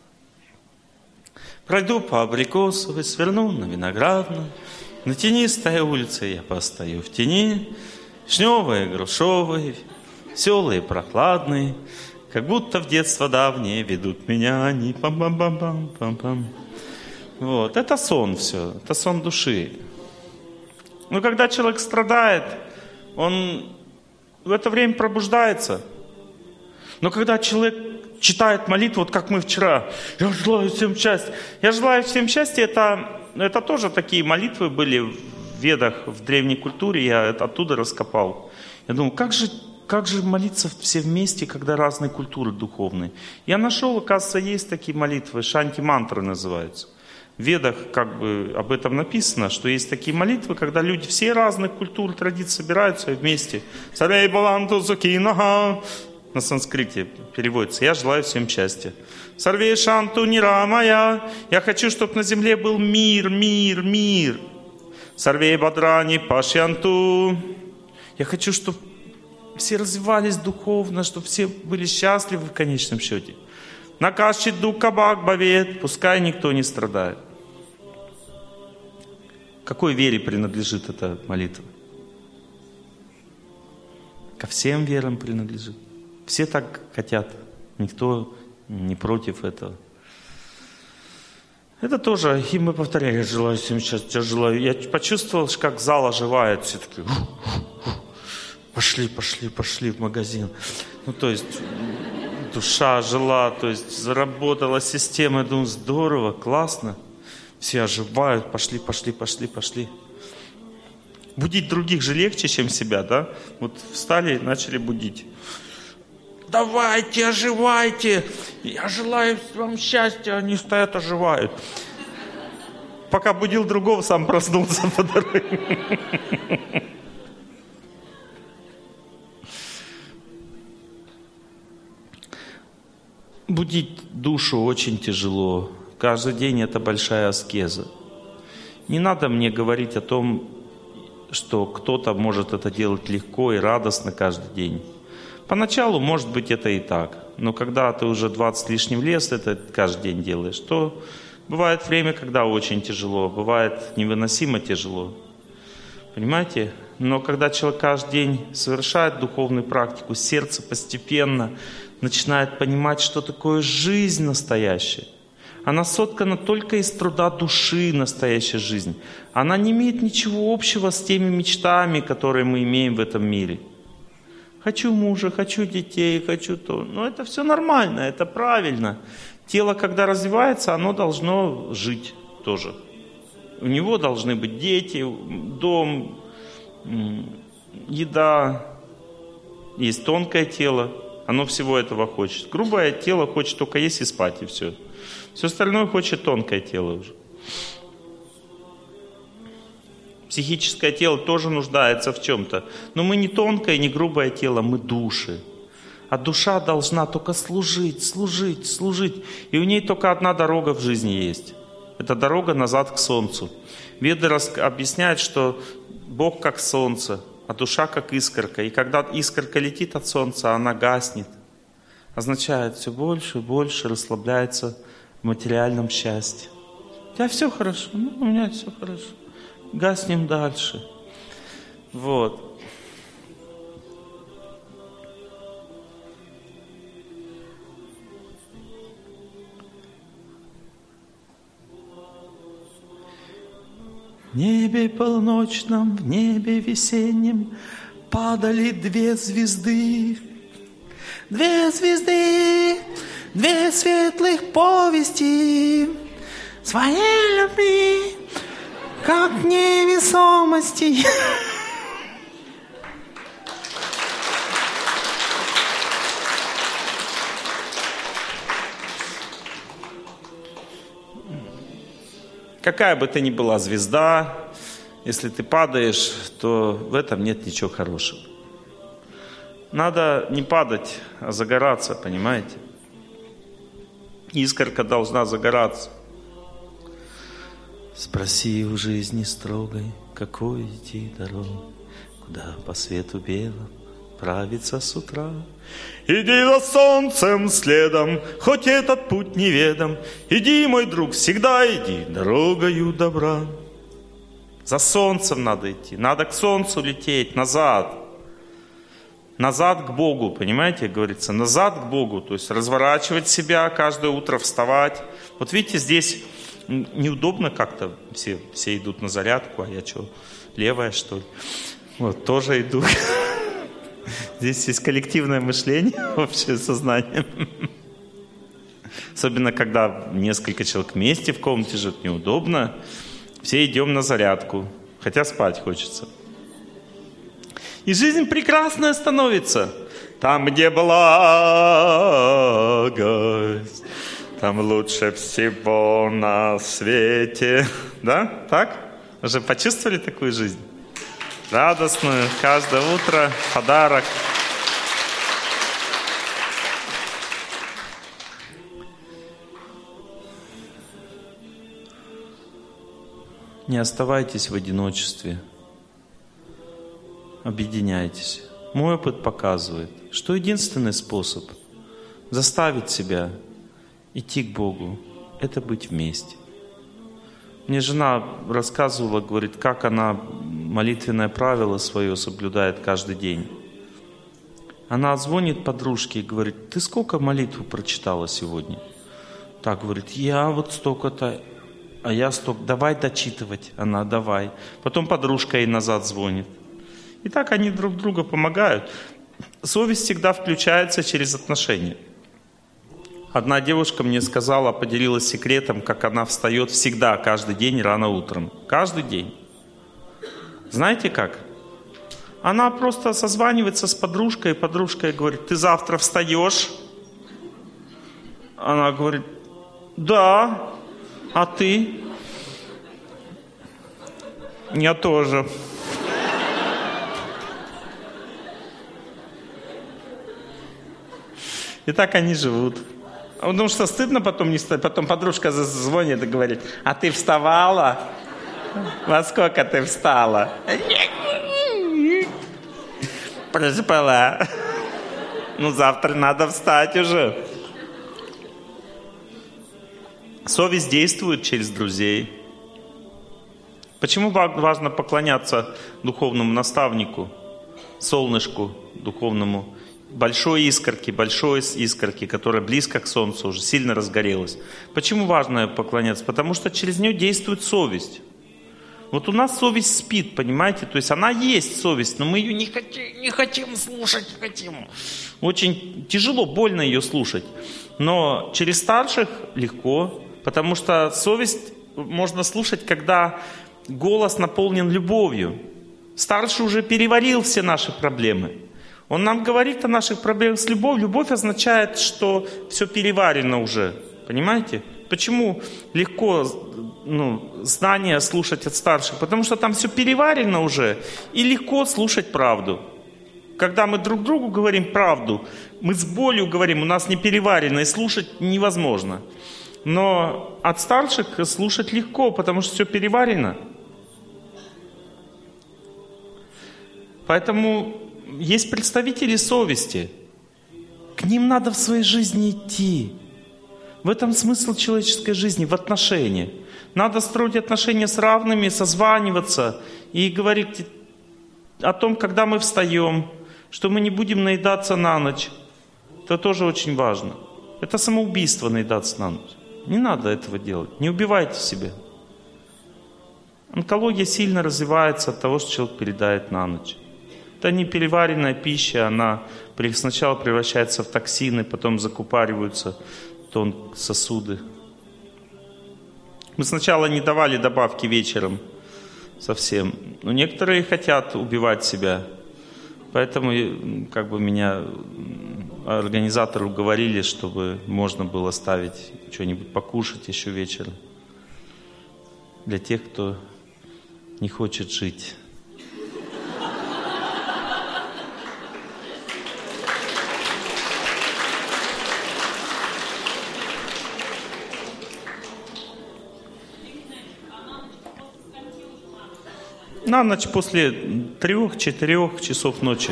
Пройду по Абрикосовой, сверну на Виноградную. На тенистой улице я постою в тени. Вишневые, грушевые, веселые, прохладные, как будто в детство давнее ведут меня они. Пам-пам-пам-пам-пам-пам. Вот, это сон все, это сон души. Но когда человек страдает, он в это время пробуждается. Но когда человек читает молитву, вот как мы вчера, «Я желаю всем счастья». «Я желаю всем счастья» — это тоже такие молитвы были в Ведах, в древней культуре, я это оттуда раскопал. Я думал, как же молиться все вместе, когда разные культуры духовные. Я нашел, оказывается, есть такие молитвы, шанти-мантры называются. В Ведах как бы об этом написано, что есть такие молитвы, когда люди все разных культур, традиций собираются и вместе. «Сарей баланту зукинага». На санскрите переводится: «Я желаю всем счастья». «Сарвей шанту нирамая». Я хочу, чтобы на земле был мир, мир, мир. «Сарвей бадрани пашьянту». Я хочу, чтобы все развивались духовно, чтобы все были счастливы в конечном счете. «Накашчит дукабак бавет». Пускай никто не страдает. Какой вере принадлежит эта молитва? Ко всем верам принадлежит. Все так хотят. Никто не против этого. Это тоже, и мы повторяем: «Я желаю всем счастья, я желаю». Я почувствовал, как зал оживает. Все таки пошли в магазин. Ну, то есть, душа жила, то есть, заработала система. Я думаю, здорово, классно. Все оживают, пошли. Будить других же легче, чем себя, да? Вот встали и начали будить. «Давайте, оживайте! Я желаю вам счастья!» Они стоят, оживают. Пока будил другого, сам проснулся по дороге. Будить душу очень тяжело. Каждый день это большая аскеза. Не надо мне говорить о том, что кто-то может это делать легко и радостно каждый день. Поначалу, может быть, это и так. Но когда ты уже 20 лишним лет это каждый день делаешь, то бывает время, когда очень тяжело, бывает невыносимо тяжело. Понимаете? Но когда человек каждый день совершает духовную практику, сердце постепенно начинает понимать, что такое жизнь настоящая. Она соткана только из труда души, настоящая жизнь. Она не имеет ничего общего с теми мечтами, которые мы имеем в этом мире. Хочу мужа, хочу детей, хочу то. Но это все нормально, это правильно. Тело, когда развивается, оно должно жить тоже. У него должны быть дети, дом, еда. Есть тонкое тело, оно всего этого хочет. Грубое тело хочет только есть и спать, и все. Все остальное хочет тонкое тело уже. Психическое тело тоже нуждается в чем-то. Но мы не тонкое, не грубое тело, мы души. А душа должна только служить. И у ней только одна дорога в жизни есть. Это дорога назад к солнцу. Веды объясняют, что Бог как солнце, а душа как искорка. И когда искорка летит от солнца, она гаснет. Означает, все больше и больше расслабляется в материальном счастье. У тебя все хорошо? Ну, у меня все хорошо. Гаснем дальше. Вот. В небе полночном, в небе весеннем падали две звезды. Две звезды, две светлых повести своей любви, как невесомости. Какая бы ты ни была звезда, если ты падаешь, то в этом нет ничего хорошего. Надо не падать, а загораться, понимаете? Искорка должна загораться. Спроси у жизни строгой, какой идти дорогой, куда по свету белому правиться с утра. Иди за солнцем следом, хоть этот путь неведом. Иди, мой друг, всегда иди дорогою добра. За солнцем надо идти, надо к солнцу лететь, назад. Назад к Богу, понимаете, говорится, назад к Богу. То есть разворачивать себя, каждое утро вставать. Вот видите, здесь неудобно как-то, все идут на зарядку, а я что, левая что ли? Вот, тоже иду. Здесь есть коллективное мышление, общее сознание. Особенно, когда несколько человек вместе в комнате живут, неудобно. Все идем на зарядку, хотя спать хочется. И жизнь прекрасная становится. Там, где благость, там лучше всего на свете. Да? Так? Уже почувствовали такую жизнь? Радостную, каждое утро подарок. Не оставайтесь в одиночестве. Объединяйтесь. Мой опыт показывает, что единственный способ заставить себя идти к Богу — это быть вместе. Мне жена рассказывала, говорит, как она молитвенное правило свое соблюдает каждый день. Она звонит подружке и говорит: ты сколько молитву прочитала сегодня? Так, говорит, я вот столько-то, а я столько. Давай дочитывать. Она, давай. Потом подружка ей назад звонит. И так они друг другу помогают. Совесть всегда включается через отношения. Одна девушка мне сказала, поделилась секретом, как она встает всегда, каждый день рано утром. Каждый день. Знаете как? Она просто созванивается с подружкой, и подружка говорит: ты завтра встаешь? Она говорит: да. А ты? Я тоже. И так они живут. Потому что стыдно потом не встать. Потом подружка звонит и говорит: а ты вставала? Во сколько ты встала? Проспала. Ну, завтра надо встать уже. Совесть действует через друзей. Почему важно поклоняться духовному наставнику, солнышку духовному, большой искорке, которая близко к солнцу уже, сильно разгорелась? Почему важно поклоняться? Потому что через нее действует совесть. Вот у нас совесть спит, понимаете? То есть она есть совесть, но мы ее не хотим слушать, не хотим. Очень тяжело, больно ее слушать. Но через старших легко, потому что совесть можно слушать, когда голос наполнен любовью. Старший уже переварил все наши проблемы. Он нам говорит о наших проблемах с любовью. Любовь означает, что все переварено уже. Понимаете? Почему легко знания слушать от старших? Потому что там все переварено уже. И легко слушать правду. Когда мы друг другу говорим правду, мы с болью говорим, у нас не переварено, и слушать невозможно. Но от старших слушать легко, потому что все переварено. Поэтому есть представители совести. К ним надо в своей жизни идти. В этом смысл человеческой жизни, в отношениях. Надо строить отношения с равными, созваниваться и говорить: о том, когда мы встаем, что мы не будем наедаться на ночь. Это тоже очень важно. Это самоубийство наедаться на ночь. Не надо этого делать. Не убивайте себя. Онкология сильно развивается от того, что человек передает на ночь. Это не переваренная пища, она сначала превращается в токсины, потом закупориваются сосуды. Мы сначала не давали добавки вечером совсем, но некоторые хотят убивать себя. Поэтому меня организаторы уговорили, чтобы можно было ставить что-нибудь покушать еще вечером. Для тех, кто не хочет жить. На ночь после 3-4 часов ночи.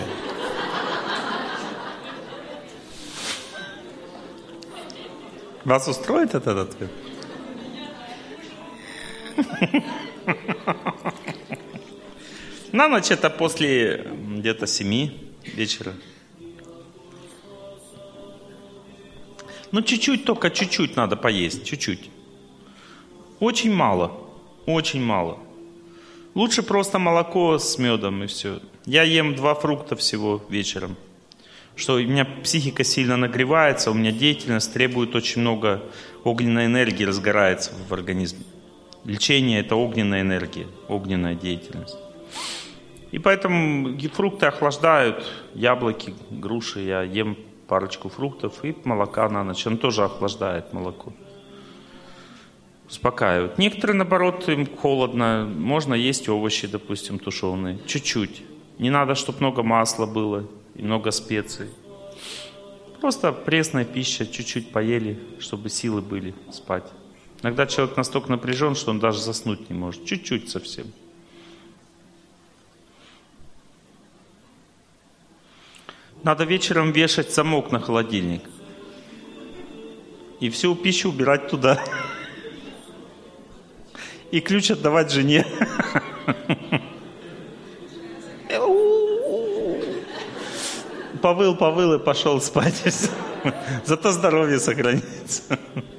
Вас устроит этот ответ? На ночь это после где-то 7 вечера. Ну, чуть-чуть, только чуть-чуть надо поесть, чуть-чуть. Очень мало, очень мало. Лучше просто молоко с медом и все. Я ем 2 фрукта всего вечером. Что у меня психика сильно нагревается, у меня деятельность требует очень много огненной энергии, разгорается в организме. Лечение – это огненная энергия, огненная деятельность. И поэтому фрукты охлаждают, яблоки, груши. Я ем парочку фруктов и молока на ночь. Он тоже охлаждает молоко. Успокаивают. Некоторые, наоборот, им холодно. Можно есть овощи, допустим, тушеные. Чуть-чуть. Не надо, чтобы много масла было и много специй. Просто пресная пища, чуть-чуть поели, чтобы силы были спать. Иногда человек настолько напряжен, что он даже заснуть не может. Чуть-чуть совсем. Надо вечером вешать замок на холодильник. И всю пищу убирать туда. И ключ отдавать жене. Повыл и пошел спать. Зато здоровье сохранится.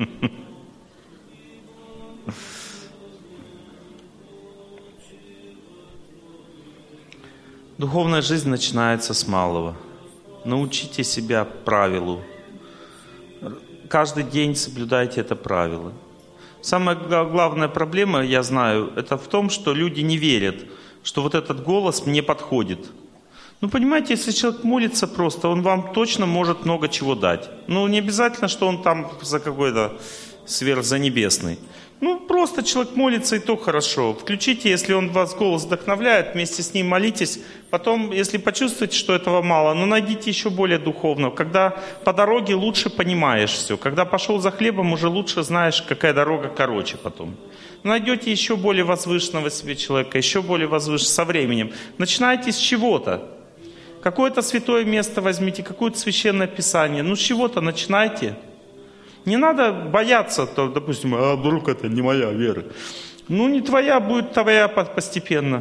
Духовная жизнь начинается с малого. Научите себя правилу. Каждый день соблюдайте это правило. Самая главная проблема, я знаю, это в том, что люди не верят, что вот этот голос мне подходит. Ну, понимаете, если человек молится просто, он вам точно может много чего дать. Ну, не обязательно, что он там за какой-то сверхзанебесный. Ну, просто человек молится, и то хорошо. Включите, если он вас голос вдохновляет, вместе с ним молитесь. Потом, если почувствуете, что этого мало, ну, найдите еще более духовного. Когда по дороге лучше понимаешь все. Когда пошел за хлебом, уже лучше знаешь, какая дорога короче потом. Найдете еще более возвышенного себе человека, еще более возвышенного со временем. Начинайте с чего-то. Какое-то святое место возьмите, какое-то священное писание. Ну, с чего-то начинайте. Не надо бояться, то, допустим, вдруг это не моя вера. Ну, не твоя, будет твоя постепенно.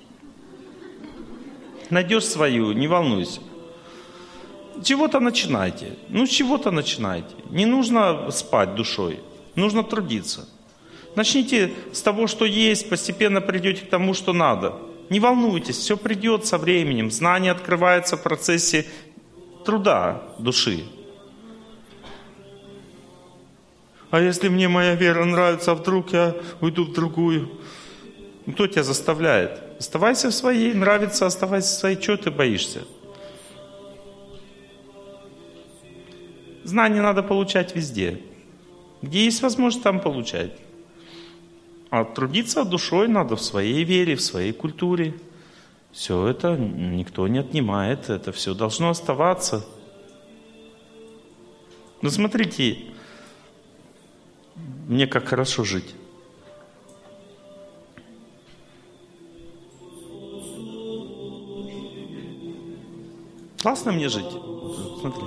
Найдешь свою, не волнуйся. С чего-то начинайте. Ну, с чего-то начинайте. Не нужно спать душой, нужно трудиться. Начните с того, что есть, постепенно придете к тому, что надо. Не волнуйтесь, все придет со временем. Знание открывается в процессе труда души. А если мне моя вера нравится, а вдруг я уйду в другую? Кто тебя заставляет? Оставайся в своей, нравится, оставайся в своей. Чего ты боишься? Знания надо получать везде. Где есть возможность, там получать. А трудиться душой надо в своей вере, в своей культуре. Все это никто не отнимает, это все должно оставаться. Ну смотрите, мне как хорошо жить. Классно мне жить. Смотри.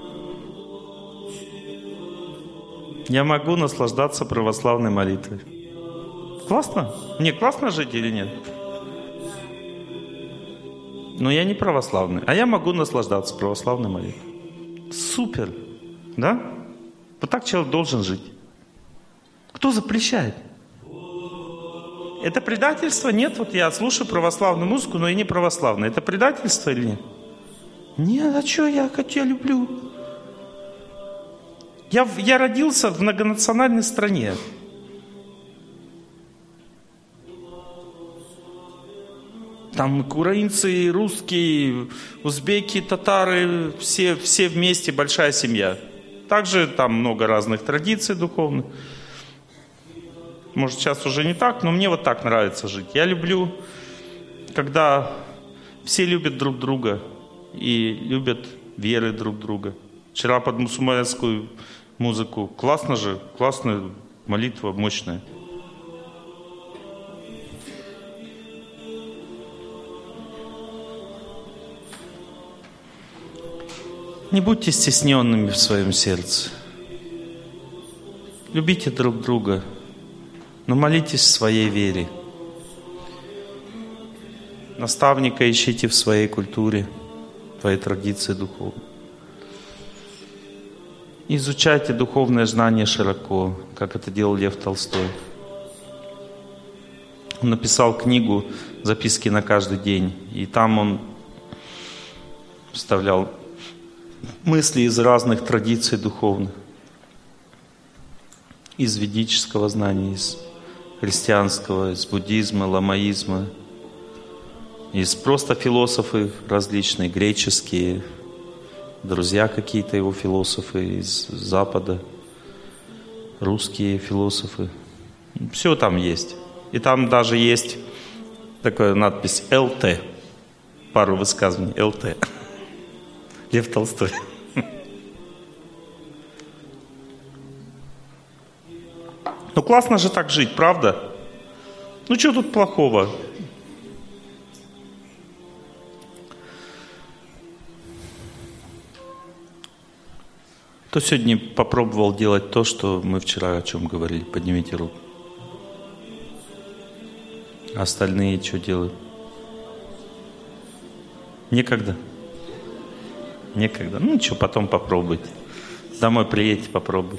Я могу наслаждаться православной молитвой. Классно? Мне классно жить или нет? Но я не православный. А я могу наслаждаться православной молитвой. Супер. Да? Вот так человек должен жить. Кто запрещает? Это предательство? Нет, вот я слушаю православную музыку, но и не православную. Это предательство или нет? Нет, а что я люблю? Я родился в многонациональной стране. Там украинцы, русские, узбеки, татары, все вместе, большая семья. Также там много разных традиций духовных. Может, сейчас уже не так, но мне вот так нравится жить. Я люблю, когда все любят друг друга и любят веры друг друга. Вчера под мусульманскую музыку. Классно же, классная молитва, мощная. Не будьте стесненными в своем сердце. Любите друг друга, но молитесь в своей вере. Наставника ищите в своей культуре, в своей традиции духовной. Изучайте духовное знание широко, как это делал Лев Толстой. Он написал книгу «Записки на каждый день», и там он вставлял мысли из разных традиций духовных. Из ведического знания, из христианского, из буддизма, ламаизма, из просто философы различные, греческие, друзья какие-то его философы из Запада, русские философы. Все там есть. И там даже есть такая надпись «ЛТ». Пару высказываний «ЛТ». Лев Толстой. Ну классно же так жить, правда? Ну что тут плохого? Кто сегодня попробовал делать то, что мы вчера о чем говорили? Поднимите руку. А остальные что делают? Некогда? Некогда. Ну ничего, потом попробуйте. Домой приедете, попробуйте.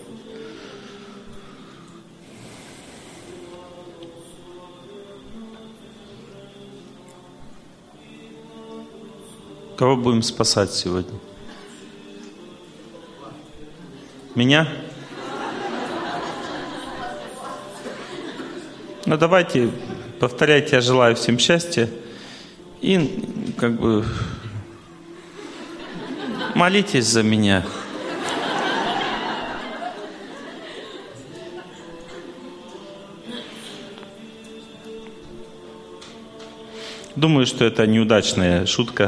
Кого будем спасать сегодня? Меня? Ну давайте, повторяйте, я желаю всем счастья. И как бы молитесь за меня. Думаю, что это неудачная шутка.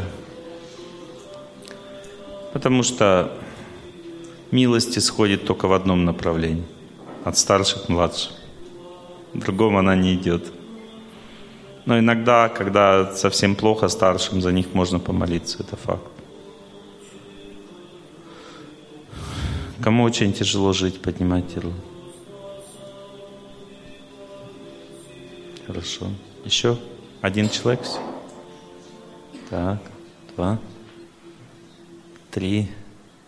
Потому что милость исходит только в одном направлении. От старших к младшим. В другом она не идет. Но иногда, когда совсем плохо старшим, за них можно помолиться. Это факт. Кому очень тяжело жить, поднимайте руку. Хорошо. Еще один человек? Так, 2, 3.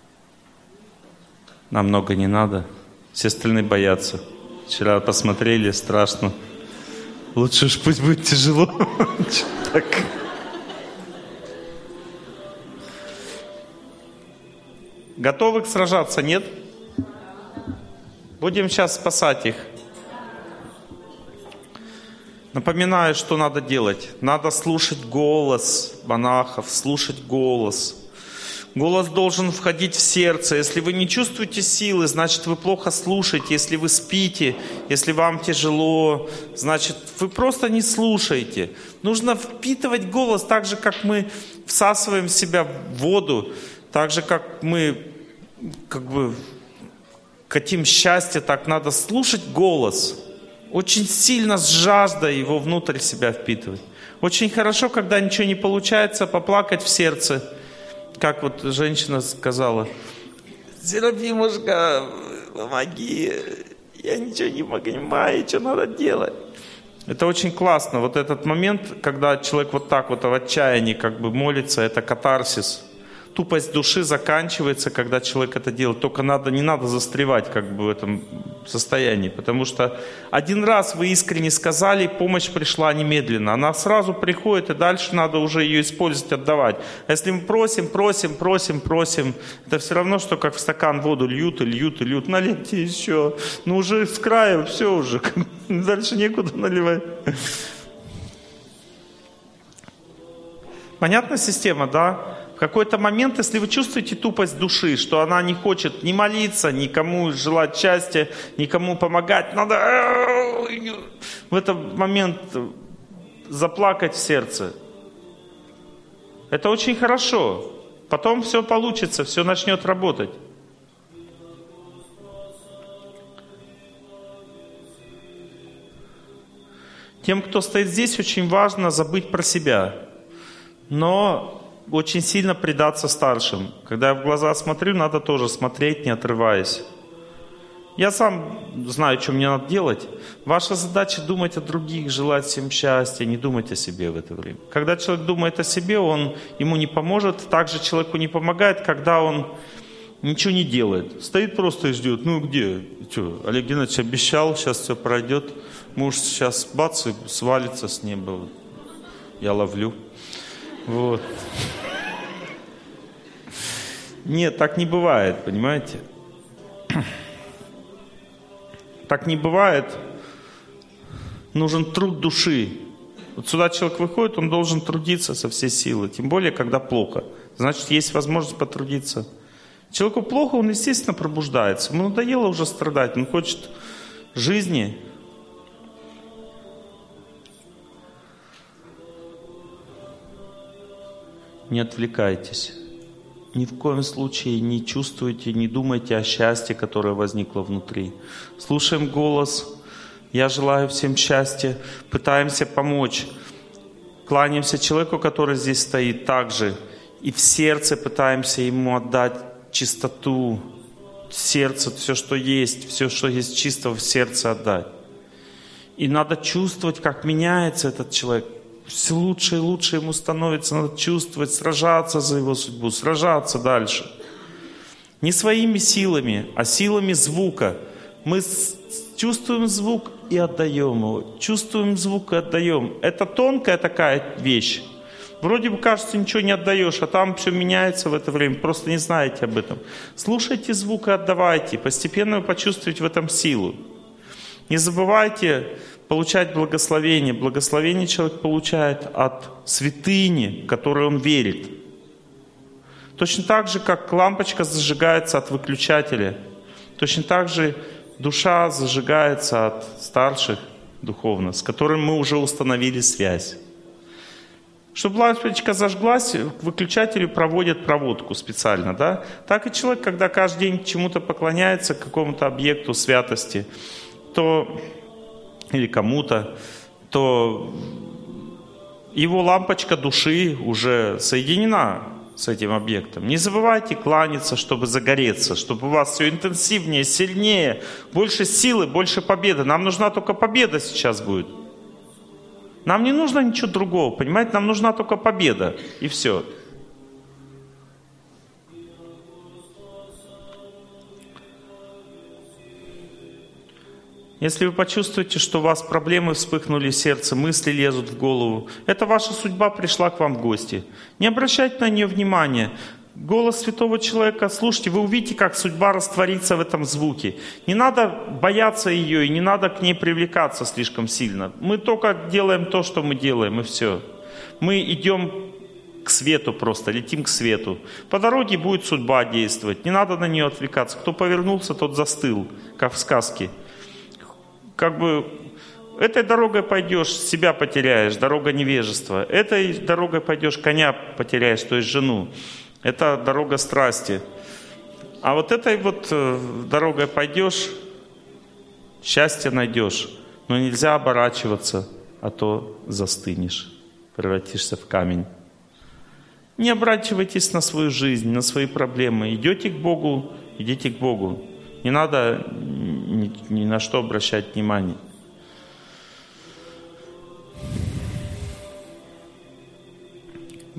Нам много не надо. Все остальные боятся. Вчера посмотрели, страшно. Лучше уж пусть будет тяжело. Так. Готовы сражаться, нет? Будем сейчас спасать их. Напоминаю, что надо делать. Надо слушать голос монахов, слушать голос. Голос должен входить в сердце. Если вы не чувствуете силы, значит, вы плохо слушаете. Если вы спите, если вам тяжело, значит, вы просто не слушаете. Нужно впитывать голос так же, как мы всасываем в себя воду, так же, как мы как бы хотим счастья, так надо слушать голос. Очень сильно с жаждой его внутрь себя впитывать. Очень хорошо, когда ничего не получается, поплакать в сердце. Как вот женщина сказала: «Серафимушка, помоги, я ничего не понимаю, что надо делать». Это очень классно. Вот этот момент, когда человек вот так вот в отчаянии как бы молится, это катарсис. Тупость души заканчивается, когда человек это делает. Только не надо застревать как бы в этом состоянии. Потому что один раз вы искренне сказали, помощь пришла немедленно. Она сразу приходит, и дальше надо уже ее использовать, отдавать. А если мы просим, это все равно, что как в стакан воду льют. Налейте еще. Ну уже с края, все уже. Дальше некуда наливать. Понятна система, да? В какой-то момент, если вы чувствуете тупость души, что она не хочет ни молиться, никому желать счастья, никому помогать, надо в этот момент заплакать в сердце. Это очень хорошо. Потом все получится, все начнет работать. Тем, кто стоит здесь, очень важно забыть про себя. Но очень сильно предаться старшим. Когда я в глаза смотрю, надо тоже смотреть, не отрываясь. Я сам знаю, что мне надо делать. Ваша задача думать о других, желать всем счастья, не думать о себе в это время. Когда человек думает о себе, ему не поможет. Также человеку не помогает, когда он ничего не делает. Стоит просто и ждет. Ну где? Что? Олег Геннадьевич обещал, сейчас все пройдет. Муж сейчас бац и свалится с неба. Я ловлю. Вот. Нет, так не бывает, понимаете? Так не бывает. Нужен труд души. Вот сюда человек выходит, он должен трудиться со всей силы. Тем более, когда плохо. Значит, есть возможность потрудиться. Человеку плохо, он, естественно, пробуждается. Ему надоело уже страдать, он хочет жизни. Не отвлекайтесь. Ни в коем случае не чувствуйте, не думайте о счастье, которое возникло внутри. Слушаем голос. Я желаю всем счастья. Пытаемся помочь. Кланяемся человеку, который здесь стоит, также. И в сердце пытаемся ему отдать чистоту. Сердце, все, что есть чистого в сердце отдать. И надо чувствовать, как меняется этот человек. Все лучше и лучше ему становится, надо чувствовать, сражаться за его судьбу, сражаться дальше. Не своими силами, а силами звука. Мы чувствуем звук и отдаем его. Чувствуем звук и отдаем. Это тонкая такая вещь. Вроде бы кажется, ничего не отдаешь, а там все меняется в это время. Просто не знаете об этом. Слушайте звук и отдавайте. Постепенно вы почувствуете в этом силу. Не забывайте получать благословение. Благословение человек получает от святыни, в которой он верит. Точно так же, как лампочка зажигается от выключателя, точно так же душа зажигается от старших духовно, с которыми мы уже установили связь. Чтобы лампочка зажглась, к выключателю проводят проводку специально. Да? Так и человек, когда каждый день чему-то поклоняется, к какому-то объекту святости, или кому-то, то его лампочка души уже соединена с этим объектом. Не забывайте кланяться, чтобы загореться, чтобы у вас все интенсивнее, сильнее, больше силы, больше победы. Нам нужна только победа сейчас будет. Нам не нужно ничего другого, понимаете? Нам нужна только победа, и все. Если вы почувствуете, что у вас проблемы вспыхнули в сердце, мысли лезут в голову, это ваша судьба пришла к вам в гости. Не обращайте на нее внимания. Голос святого человека, слушайте, вы увидите, как судьба растворится в этом звуке. Не надо бояться ее и не надо к ней привлекаться слишком сильно. Мы только делаем то, что мы делаем, и все. Мы идем к свету просто, летим к свету. По дороге будет судьба действовать, не надо на нее отвлекаться. Кто повернулся, тот застыл, как в сказке. Как бы этой дорогой пойдешь, себя потеряешь, дорога невежества. Этой дорогой пойдешь, коня потеряешь, то есть жену. Это дорога страсти. А вот этой вот дорогой пойдешь, счастье найдешь. Но нельзя оборачиваться, а то застынешь, превратишься в камень. Не оборачивайтесь на свою жизнь, на свои проблемы. Идете к Богу, идите к Богу. Не надо ни на что обращать внимание.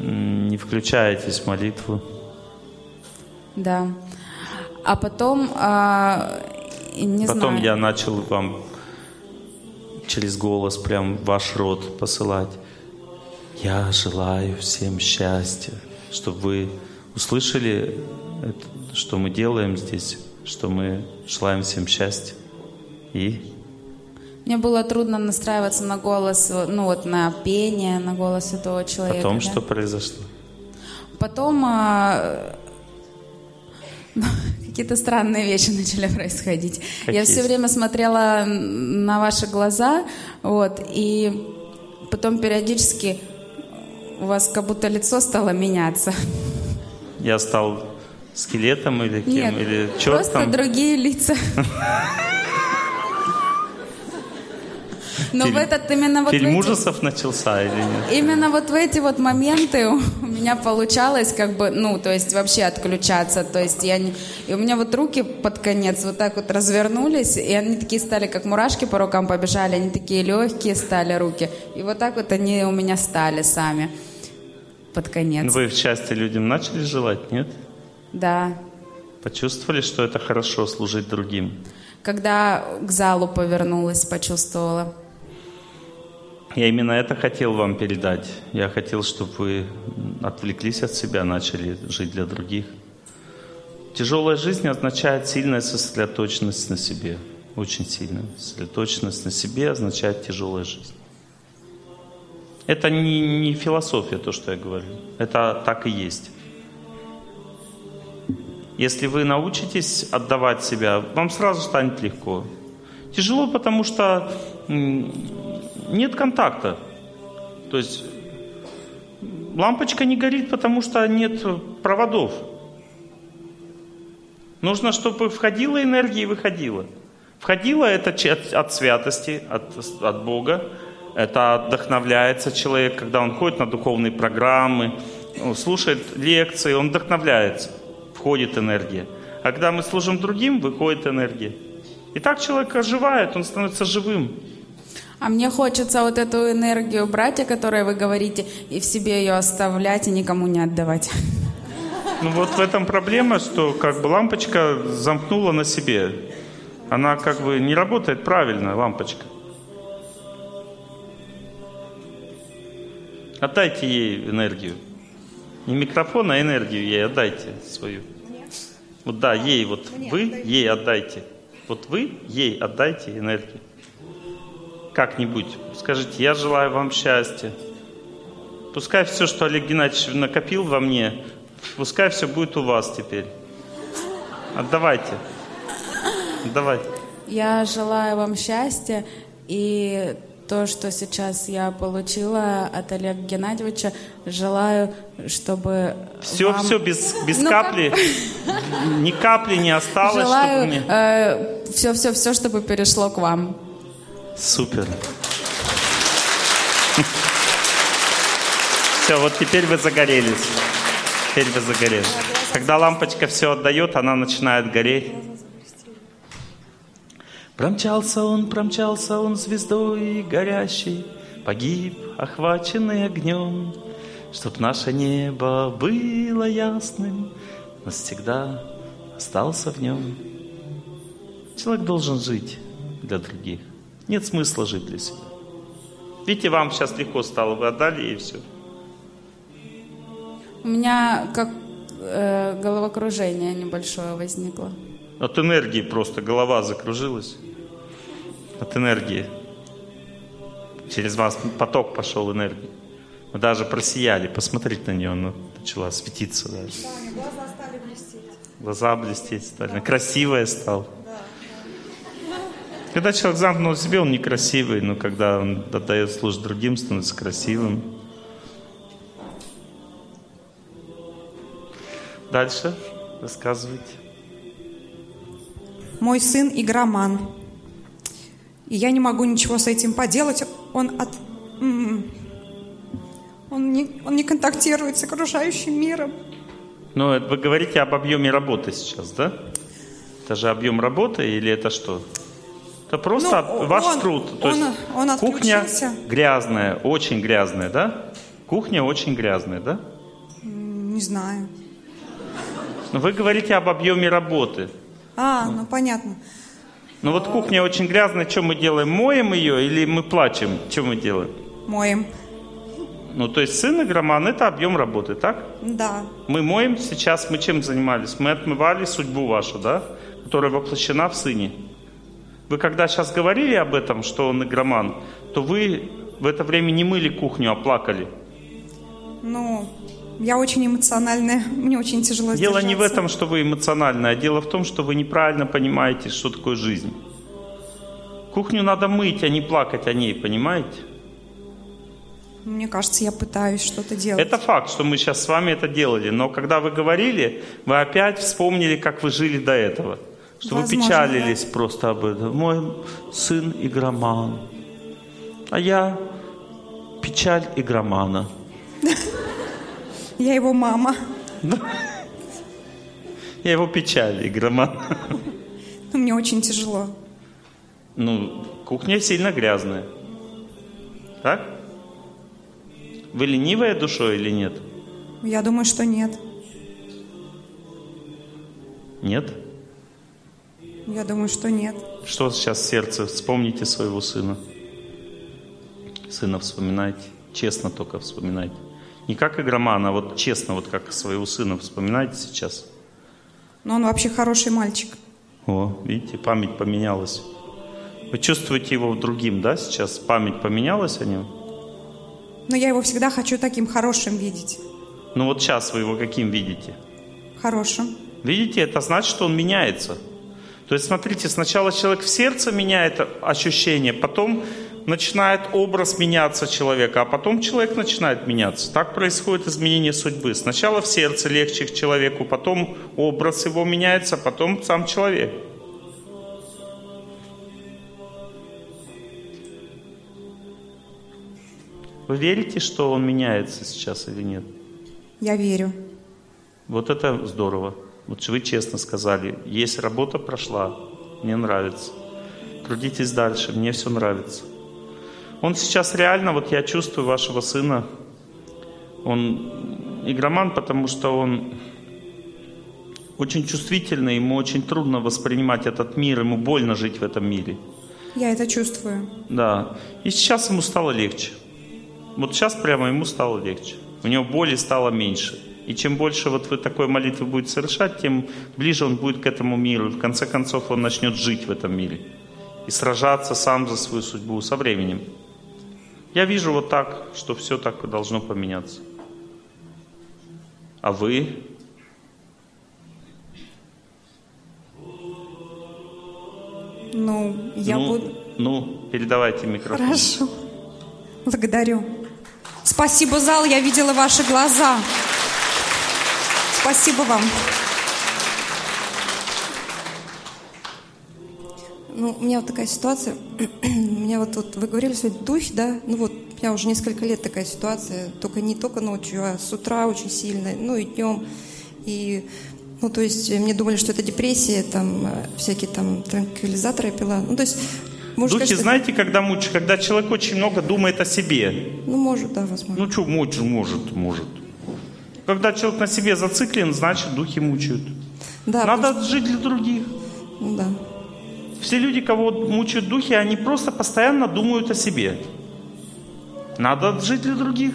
не включаетесь в молитву. Да. А потом, не Потом знаю. я начал вам через голос прям в ваш рот посылать. Я желаю всем счастья, чтобы вы услышали, что мы делаем здесь, что мы желаем всем счастья. И Мне было трудно настраиваться на голос, ну вот на пение, на голос этого человека. потом да? что произошло? Потом какие-то странные вещи начали происходить. Какие? Я все время смотрела на ваши глаза, вот, и потом периодически у вас как будто лицо стало меняться. Я стал скелетом или кем? Нет, или просто чертом? другие лица. Но в этот именно вот в Фильм эти- ужасов начался или нет? Именно вот в эти вот моменты у меня получалось как бы, ну, то есть вообще отключаться, то есть я не... И у меня вот руки под конец вот так вот развернулись, и они такие стали, как мурашки по рукам побежали, они такие легкие стали руки, и вот так вот они у меня стали сами под конец. Вы в счастье людям начали желать, нет? Да. Почувствовали, что это хорошо служить другим? Когда к залу повернулась, почувствовала. Я именно это хотел вам передать. Я хотел, чтобы вы отвлеклись от себя, начали жить для других. Тяжелая жизнь означает сильная сосредоточенность на себе. Очень сильная сосредоточенность на себе означает тяжелая жизнь. Это не философия, то, что я говорю. Это так и есть. Если вы научитесь отдавать себя, вам сразу станет легко. Тяжело, потому что нет контакта. То есть лампочка не горит, потому что нет проводов. Нужно, чтобы входила энергия и выходила. Входила это от святости, от Бога. Это вдохновляется человек, когда он ходит на духовные программы, слушает лекции, он вдохновляется. Входит энергия. А когда мы служим другим, выходит энергия. И так человек оживает, он становится живым. А мне хочется вот эту энергию брать, о которой вы говорите, и в себе ее оставлять, и никому не отдавать. Ну вот в этом проблема, что как бы лампочка замкнула на себе. Она как бы не работает правильно, лампочка. Отдайте ей энергию. Не микрофон, а энергию ей отдайте свою. Вот да, ей, вот вы ей отдайте. Вот вы ей отдайте энергию. Как-нибудь скажите: я желаю вам счастья. Пускай все, что Олег Геннадьевич накопил во мне, пускай все будет у вас теперь. Отдавайте. Отдавайте. Я желаю вам счастья, и то, что сейчас я получила от Олега Геннадьевича, желаю, чтобы Все, вам... все, без капли, ни капли не осталось. Желаю Чтобы мне... все, чтобы перешло к вам. Супер. Все, вот теперь вы загорелись. Теперь вы загорелись. Когда лампочка все отдает, она начинает гореть. Промчался он звездой горящей, погиб, охваченный огнем, чтоб наше небо было ясным, навсегда остался в нем. Человек должен жить для других. Нет смысла жить для себя. Видите, вам сейчас легко стало, вы отдали и все. У меня как головокружение небольшое возникло. От энергии просто голова закружилась. От энергии. Через вас поток пошел энергии. Вы даже просияли, посмотреть на нее, она начала светиться даже. Да, у меня глаза стали блестеть. Глаза блестеть стали. Красивая стала. Когда человек замкнут в себе, он некрасивый, но когда он отдает службу другим, становится красивым. Дальше рассказывайте. Мой сын игроман. И я не могу ничего с этим поделать. Он не контактирует с окружающим миром. Но вы говорите об объеме работы сейчас, да? Это же объем работы или это что? Это просто ваш труд. То есть он кухня отключился. грязная, очень грязная, да? Кухня очень грязная, да? Не знаю. Но вы говорите об объеме работы. Ну понятно. Но вот кухня очень грязная, что мы делаем? Моем ее или мы плачем? Что мы делаем? Моем. Ну, то есть сын игроман — это объем работы, так? Да. Мы моем сейчас, мы чем занимались? Мы отмывали судьбу вашу, да? Которая воплощена в сыне. Вы когда сейчас говорили об этом, что он игроман, то вы в это время не мыли кухню, а плакали. Ну, я очень эмоциональная, мне очень тяжело Дело сдержаться. не в этом, что вы эмоциональная, а дело в том, что вы неправильно понимаете, что такое жизнь. Кухню надо мыть, а не плакать о ней, понимаете? Мне кажется, я пытаюсь что-то делать. Это факт, что мы сейчас с вами это делали. Но когда вы говорили, вы опять вспомнили, как вы жили до этого. Что Возможно, вы печалились просто об этом. Мой сын игроман. А я печаль игромана. Я его мама. Я его печаль игроман. Мне очень тяжело. Ну, кухня сильно грязная. Так? Вы ленивая душой или нет? Я думаю, что нет. Нет? Я думаю, что нет. Что сейчас в сердце? Вспомните своего сына. Сына вспоминайте. Честно только вспоминайте. Не как игроман, а вот честно, вот как своего сына вспоминайте сейчас. Но он вообще хороший мальчик. О, видите, память поменялась. Вы чувствуете его другим, да, сейчас? Память поменялась о нем? Но я его всегда хочу таким хорошим видеть. Ну вот сейчас вы его каким видите? Хорошим. Видите, это значит, что он меняется. То есть, смотрите, сначала человек в сердце меняет ощущение, потом начинает образ меняться человека, а потом человек начинает меняться. Так происходит изменение судьбы. Сначала в сердце легче к человеку, потом образ его меняется, потом сам человек. Вы верите, что он меняется сейчас или нет? Я верю. Вот это здорово. Вот вы честно сказали, есть работа прошла, мне нравится. Трудитесь дальше, мне все нравится. Он сейчас реально, вот я чувствую вашего сына, он игроман, потому что он очень чувствительный, ему очень трудно воспринимать этот мир, ему больно жить в этом мире. Я это чувствую. Да. И сейчас ему стало легче. Вот сейчас прямо ему стало легче. У него боли стало меньше. И чем больше вот вы такой молитвы будете совершать, тем ближе он будет к этому миру. И в конце концов он начнет жить в этом мире. И сражаться сам за свою судьбу со временем. Я вижу вот так, что все так должно поменяться. А вы? Ну, я буду... Ну, передавайте микрофон. Хорошо. Благодарю. Спасибо, зал, я видела ваши глаза. Спасибо вам. Ну, у меня вот такая ситуация. У меня вот вы говорили сегодня духи, да? Ну вот, у меня уже несколько лет такая ситуация. Только не только ночью, а с утра очень сильно, ну и днем. И, ну, то есть, мне думали, что это депрессия, там, всякие там транквилизаторы я пила. Ну, то есть, может, духи, сказать, знаете, когда мучают? Когда человек очень много думает о себе. Ну, может, да, возможно. Ну, что, может. Когда человек на себе зациклен, значит, духи мучают. Да, надо жить для других. Ну, да. Все люди, кого мучают духи, они просто постоянно думают о себе. Надо жить для других.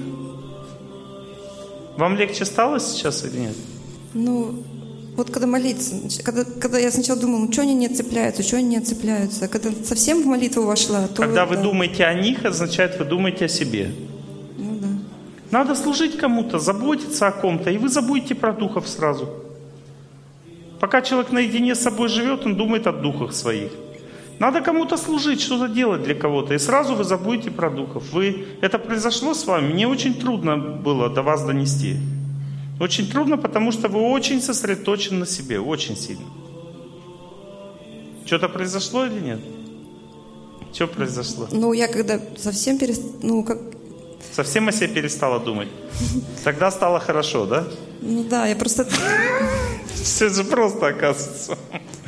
Вам легче стало сейчас или нет? Ну, вот когда молиться, когда я сначала думала, ну что они не отцепляются, когда совсем в молитву вошла, то... Когда вы думаете о них, означает, вы думаете о себе. Ну да. Надо служить кому-то, заботиться о ком-то, и вы забудете про духов сразу. Пока человек наедине с собой живет, он думает о духах своих. Надо кому-то служить, что-то делать для кого-то, и сразу вы забудете про духов. Это произошло с вами, мне очень трудно было до вас донести. Очень трудно, потому что вы очень сосредоточены на себе, очень сильно. Что-то произошло или нет? Что произошло? Ну, я когда совсем Совсем о себе перестала думать? Тогда стало хорошо, да? Ну да, я просто... Все же просто, оказывается.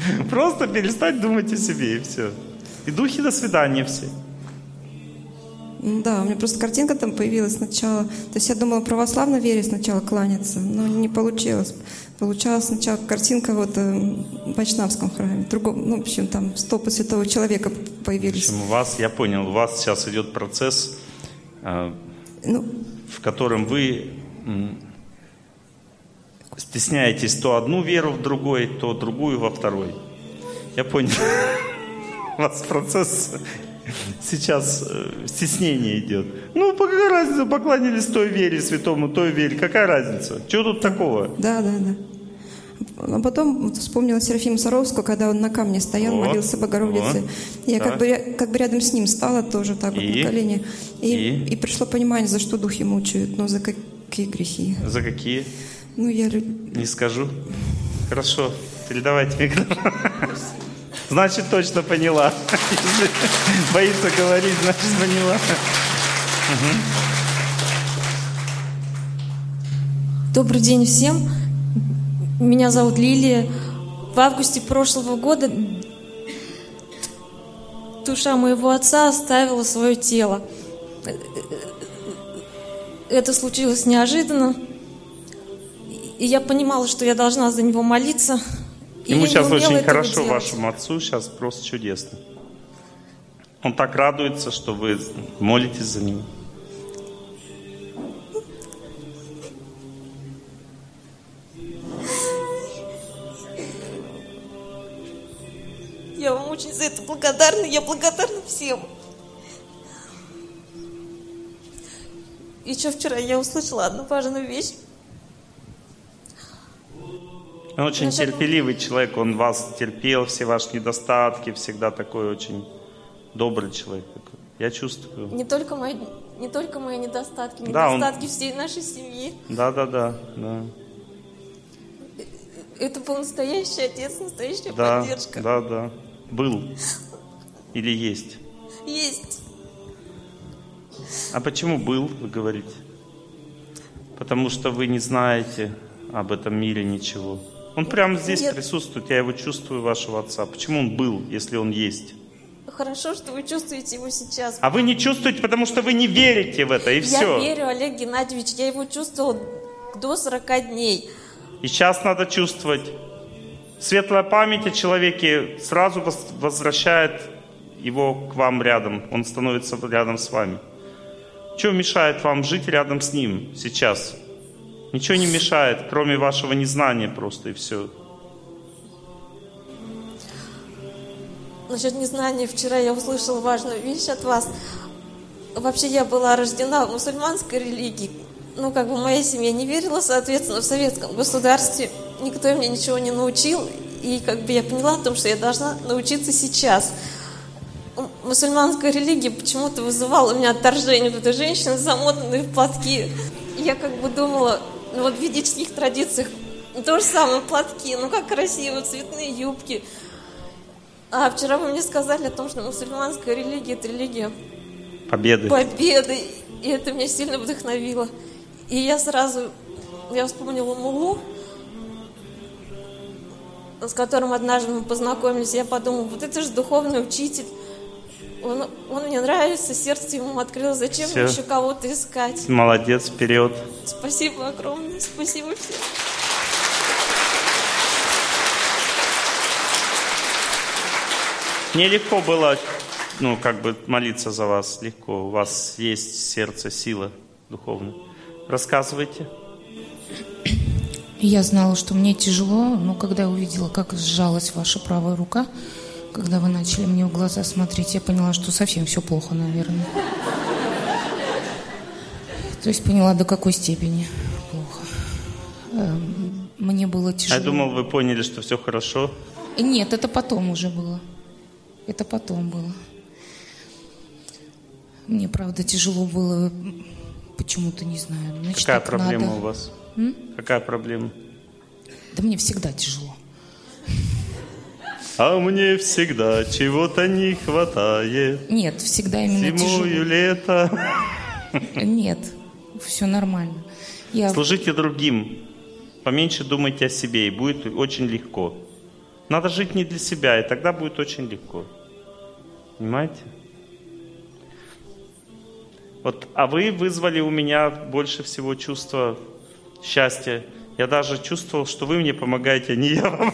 Просто перестать думать о себе, и все. И духи, до свидания все. Да, у меня просто картинка там появилась сначала. То есть я думала православной вере сначала кланяться, но не получилось. Получалась сначала картинка вот в Вайшнавском храме. Другом, в общем, там стопы святого человека появились. В общем, я понял, у вас сейчас идет процесс, в котором вы стесняетесь то одну веру в другой, то другую во второй. Я понял. У вас процесс сейчас стеснение идет. Какая разница, поклонились той вере святому, той вере, какая разница? Чего тут такого? Да. А потом вспомнила Серафима Саровского, когда он на камне стоял, молился Богородице. Я как бы рядом с ним стала тоже так вот на колени. И пришло понимание, за что духи мучают, за какие грехи. За какие? Я... Не скажу. Хорошо, передавайте микрофон. Значит, точно поняла. Если боится говорить, значит, поняла. Добрый день всем. Меня зовут Лилия. В августе прошлого года душа моего отца оставила свое тело. Это случилось неожиданно. И я понимала, что я должна за него молиться. Ему сейчас очень хорошо, вашему отцу сейчас просто чудесно. Он так радуется, что вы молитесь за него. Я вам очень за это благодарна. Я благодарна всем. Еще вчера я услышала одну важную вещь. Он очень терпеливый человек, он вас терпел, все ваши недостатки, всегда такой очень добрый человек. Я чувствую. Не только мои недостатки, недостатки всей нашей семьи. Да. Это был настоящий отец, настоящая поддержка. Да. Был. Или есть? Есть. А почему был, вы говорите? Потому что вы не знаете об этом мире ничего. Он прямо здесь присутствует, я его чувствую, вашего отца. Почему он был, если он есть? Хорошо, что вы чувствуете его сейчас. А вы не чувствуете, потому что вы не верите в это, и все. Я верю, Олег Геннадьевич, я его чувствовала до 40 дней. И сейчас надо чувствовать. Светлая память о человеке сразу возвращает его к вам рядом. Он становится рядом с вами. Что мешает вам жить рядом с ним сейчас? Ничего не мешает, кроме вашего незнания просто, и все. Насчет незнания, вчера я услышала важную вещь от вас. Вообще, я была рождена в мусульманской религии. Моя семья не верила, соответственно, в советском государстве никто мне ничего не научил. И я поняла о том, что я должна научиться сейчас. Мусульманская религия почему-то вызывала у меня отторжение. Вот эти женщины, замотанные в платки. Я думала, в ведических традициях то же самое, платки, как красиво, цветные юбки. А вчера вы мне сказали о том, что мусульманская религия – это религия победы. И это меня сильно вдохновило. И я вспомнила Муллу, с которым однажды мы познакомились. Я подумала, вот это же духовный учитель. Он мне нравится, сердце ему открылось. Зачем мне еще кого-то искать? Молодец, вперед. Спасибо огромное, спасибо всем. Мне легко было, молиться за вас. Легко. У вас есть в сердце сила духовная. Рассказывайте. Я знала, что мне тяжело, но когда я увидела, как сжалась ваша правая рука, когда вы начали мне в глаза смотреть, я поняла, что совсем все плохо, наверное. То есть поняла, до какой степени плохо. Мне было тяжело. Я думал, вы поняли, что все хорошо. Нет, это потом уже было. Это потом было. Мне, правда, тяжело было, почему-то, не знаю. Значит, какая проблема у вас? Какая проблема? Да мне всегда тяжело. А мне всегда чего-то не хватает. Нет, всегда именно тяжело. Зимою, лето. Нет, все нормально. Служите другим. Поменьше думайте о себе, и будет очень легко. Надо жить не для себя, и тогда будет очень легко. Понимаете? Вот, а вы вызвали у меня больше всего чувство счастья. Я даже чувствовал, что вы мне помогаете, а не я вам.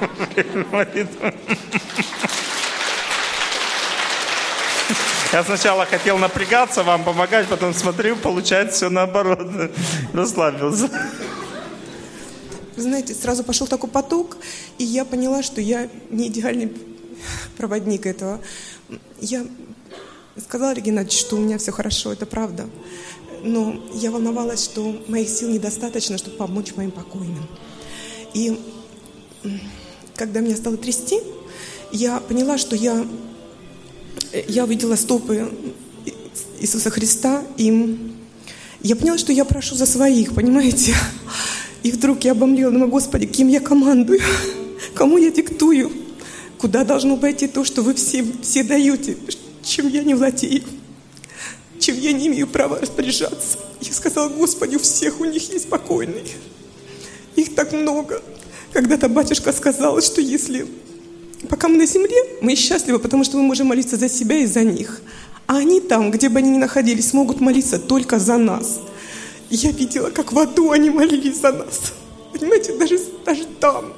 Я сначала хотел напрягаться, вам помогать, потом смотрю, получается все наоборот. Расслабился. Вы знаете, сразу пошел такой поток, и я поняла, что я не идеальный проводник этого. Я сказала Регинате, что у меня все хорошо, это правда. Но я волновалась, что моих сил недостаточно, чтобы помочь моим покойным. И когда меня стало трясти, я поняла, что я увидела стопы Иисуса Христа, и я поняла, что я прошу за своих, понимаете? И вдруг я обомлела, думаю, Господи, кем я командую, кому я диктую, куда должно пойти то, что вы все даете, чем я не владею, чем я не имею права распоряжаться. Я сказала, Господи, у всех у них есть покойные. Их так много. Когда-то батюшка сказал, что если пока мы на земле, мы счастливы, потому что мы можем молиться за себя и за них. А они там, где бы они ни находились, могут молиться только за нас. Я видела, как в аду они молились за нас. Понимаете, даже там.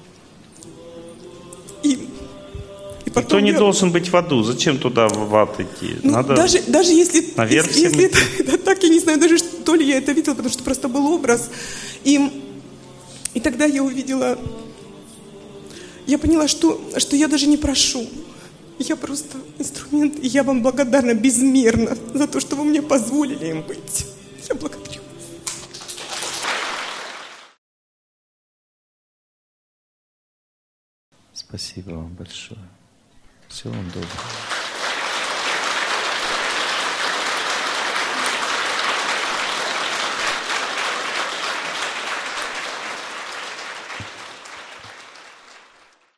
И потом Никто не должен быть в аду. Зачем туда в ад идти? Ну, Надо даже если если это так, я не знаю, даже то ли я это видела, потому что просто был образ. И тогда я увидела, я поняла, что я даже не прошу. Я просто инструмент, и я вам благодарна безмерно за то, что вы мне позволили им быть. Я благодарю. Спасибо вам большое. Всего вам доброго.